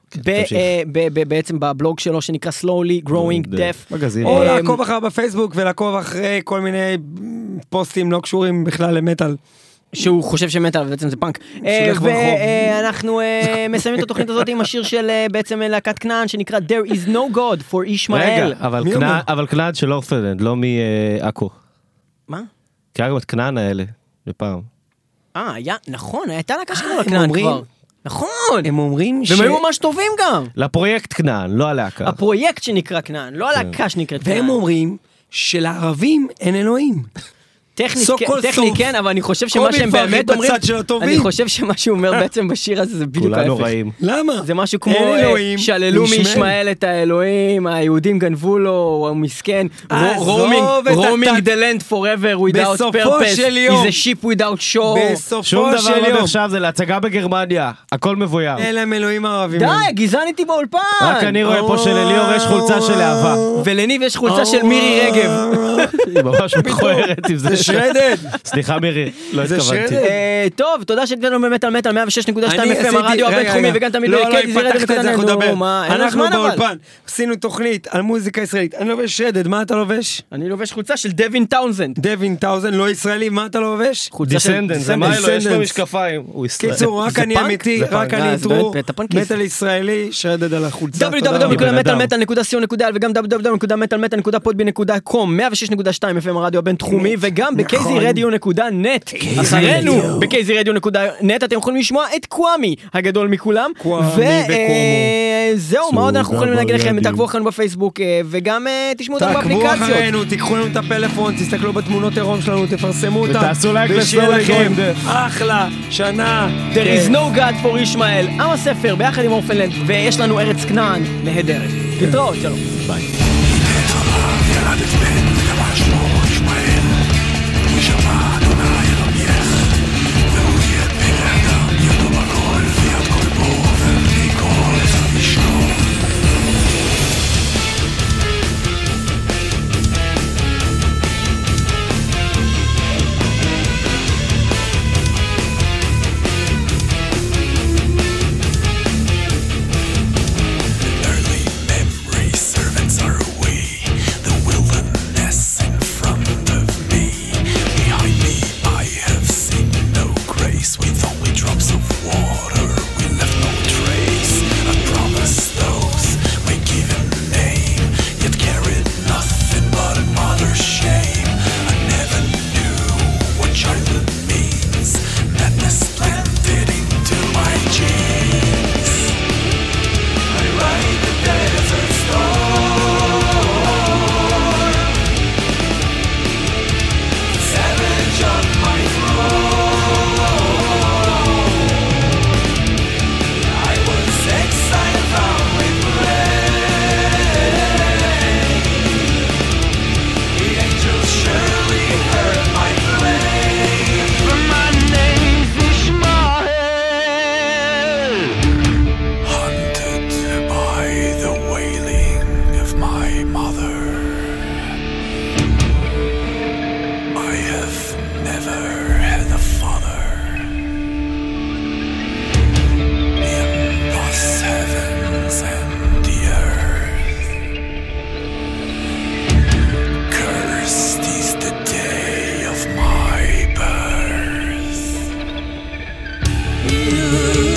בעצם בבלוג שלו שנקרא Slowly Growing Deaf. או לעקוב אחר בפייסבוק ולעקוב אחרי כל מיני פוסטים לא קשורים בכלל למטל. שהוא חושב שמטל, ובעצם זה פאנק. ואנחנו מסיימים את התוכנית הזאת עם השיר של בעצם להקת כנען שנקרא There is no God for ישמעאל. רגע, אבל כנען של אורפנלנד, לא מאקו. מה? כי היה גם את כנען האלה, בפעם. אה, היה, נכון, הייתה להקה שקראו לכנען כבר. נכון. הם אומרים ש... והם היו ממש טובים גם. לפרויקט כנען, לא הלהקה. הפרויקט שנקרא כנען, לא הלהקה שנקראת כנען. והם אומרים שלערבים אין אלוהים. טכני כן, אבל אני חושב שמה שהם באמת אומרים, אני חושב שמה שהוא אומר בעצם בשיר הזה זה בדיוק ההפך. כולנו רעים. למה? זה משהו כמו שללו מישמעאל את האלוהים, היהודים גנבו לו, הוא מסכן, roaming the land forever without purpose, is a ship without shore. שום דבר לא נחשב, זה להצגה בגרמניה, הכל מבוים. אלה הם אלוהים הערבים. די, גזען איתי באולפן. רק אני רואה פה שלליאור יש חולצה של אהבה. ולניב יש חולצה של מירי רגב. היא ממש מכוערת עם זה. שרדד. סליחה מירי, לא התכוונתי. טוב, תודה שתתנו במטל מטל מאה ושש נקודה שתיים אף אם הרדיו הבינתחומי וגם תמיד בקייזי רדיו נקודה נט. אנחנו באולפן עשינו תוכנית על מוזיקה ישראלית. אני לובש שרדד, מה אתה לובש? אני לובש חולצה של דווין טאונזנד. דווין טאונזנד, לא ישראלי, מה אתה לובש? דיסנדנט, זה מה אלו, יש לו משקפיים. קיצור, רק אני אמיתי, רק אני טרו, מטל ישראלי, שרדד על החולצה. דאבליו דאבליו דאבליו נקודה מטל מטל נקודה סי או נקודה אל וגם דאבליו דאבליו דאבליו נקודה מטל מטל נקודה פודבין נקודה קום, מאה ושש נקודה שתיים אף אם הרדיו הבינתחומי וגם בקייזי רדיו נקודה נט. אחרינו בקייזי רדיו נקודה נט אתם יכולים לשמוע את קוואמי הגדול מכולם. וזהו, מה עוד אנחנו יכולים להגיד לכם? תעקבו אחרינו בפייסבוק וגם תשמעו אותנו באפליקציות. תעקבו אחרינו, תיקחו לנו את הפלאפון, תסתכלו בתמונות עירום שלנו, תפרסמו אותם. ותעשו לייק ושיהיה לכם אחלה שנה. There is no God for ישמעאל, עם הספר ביחד עם אורפנלנד, ויש לנו ארץ כנען נהדרת. להתראות, שלום. ביי. You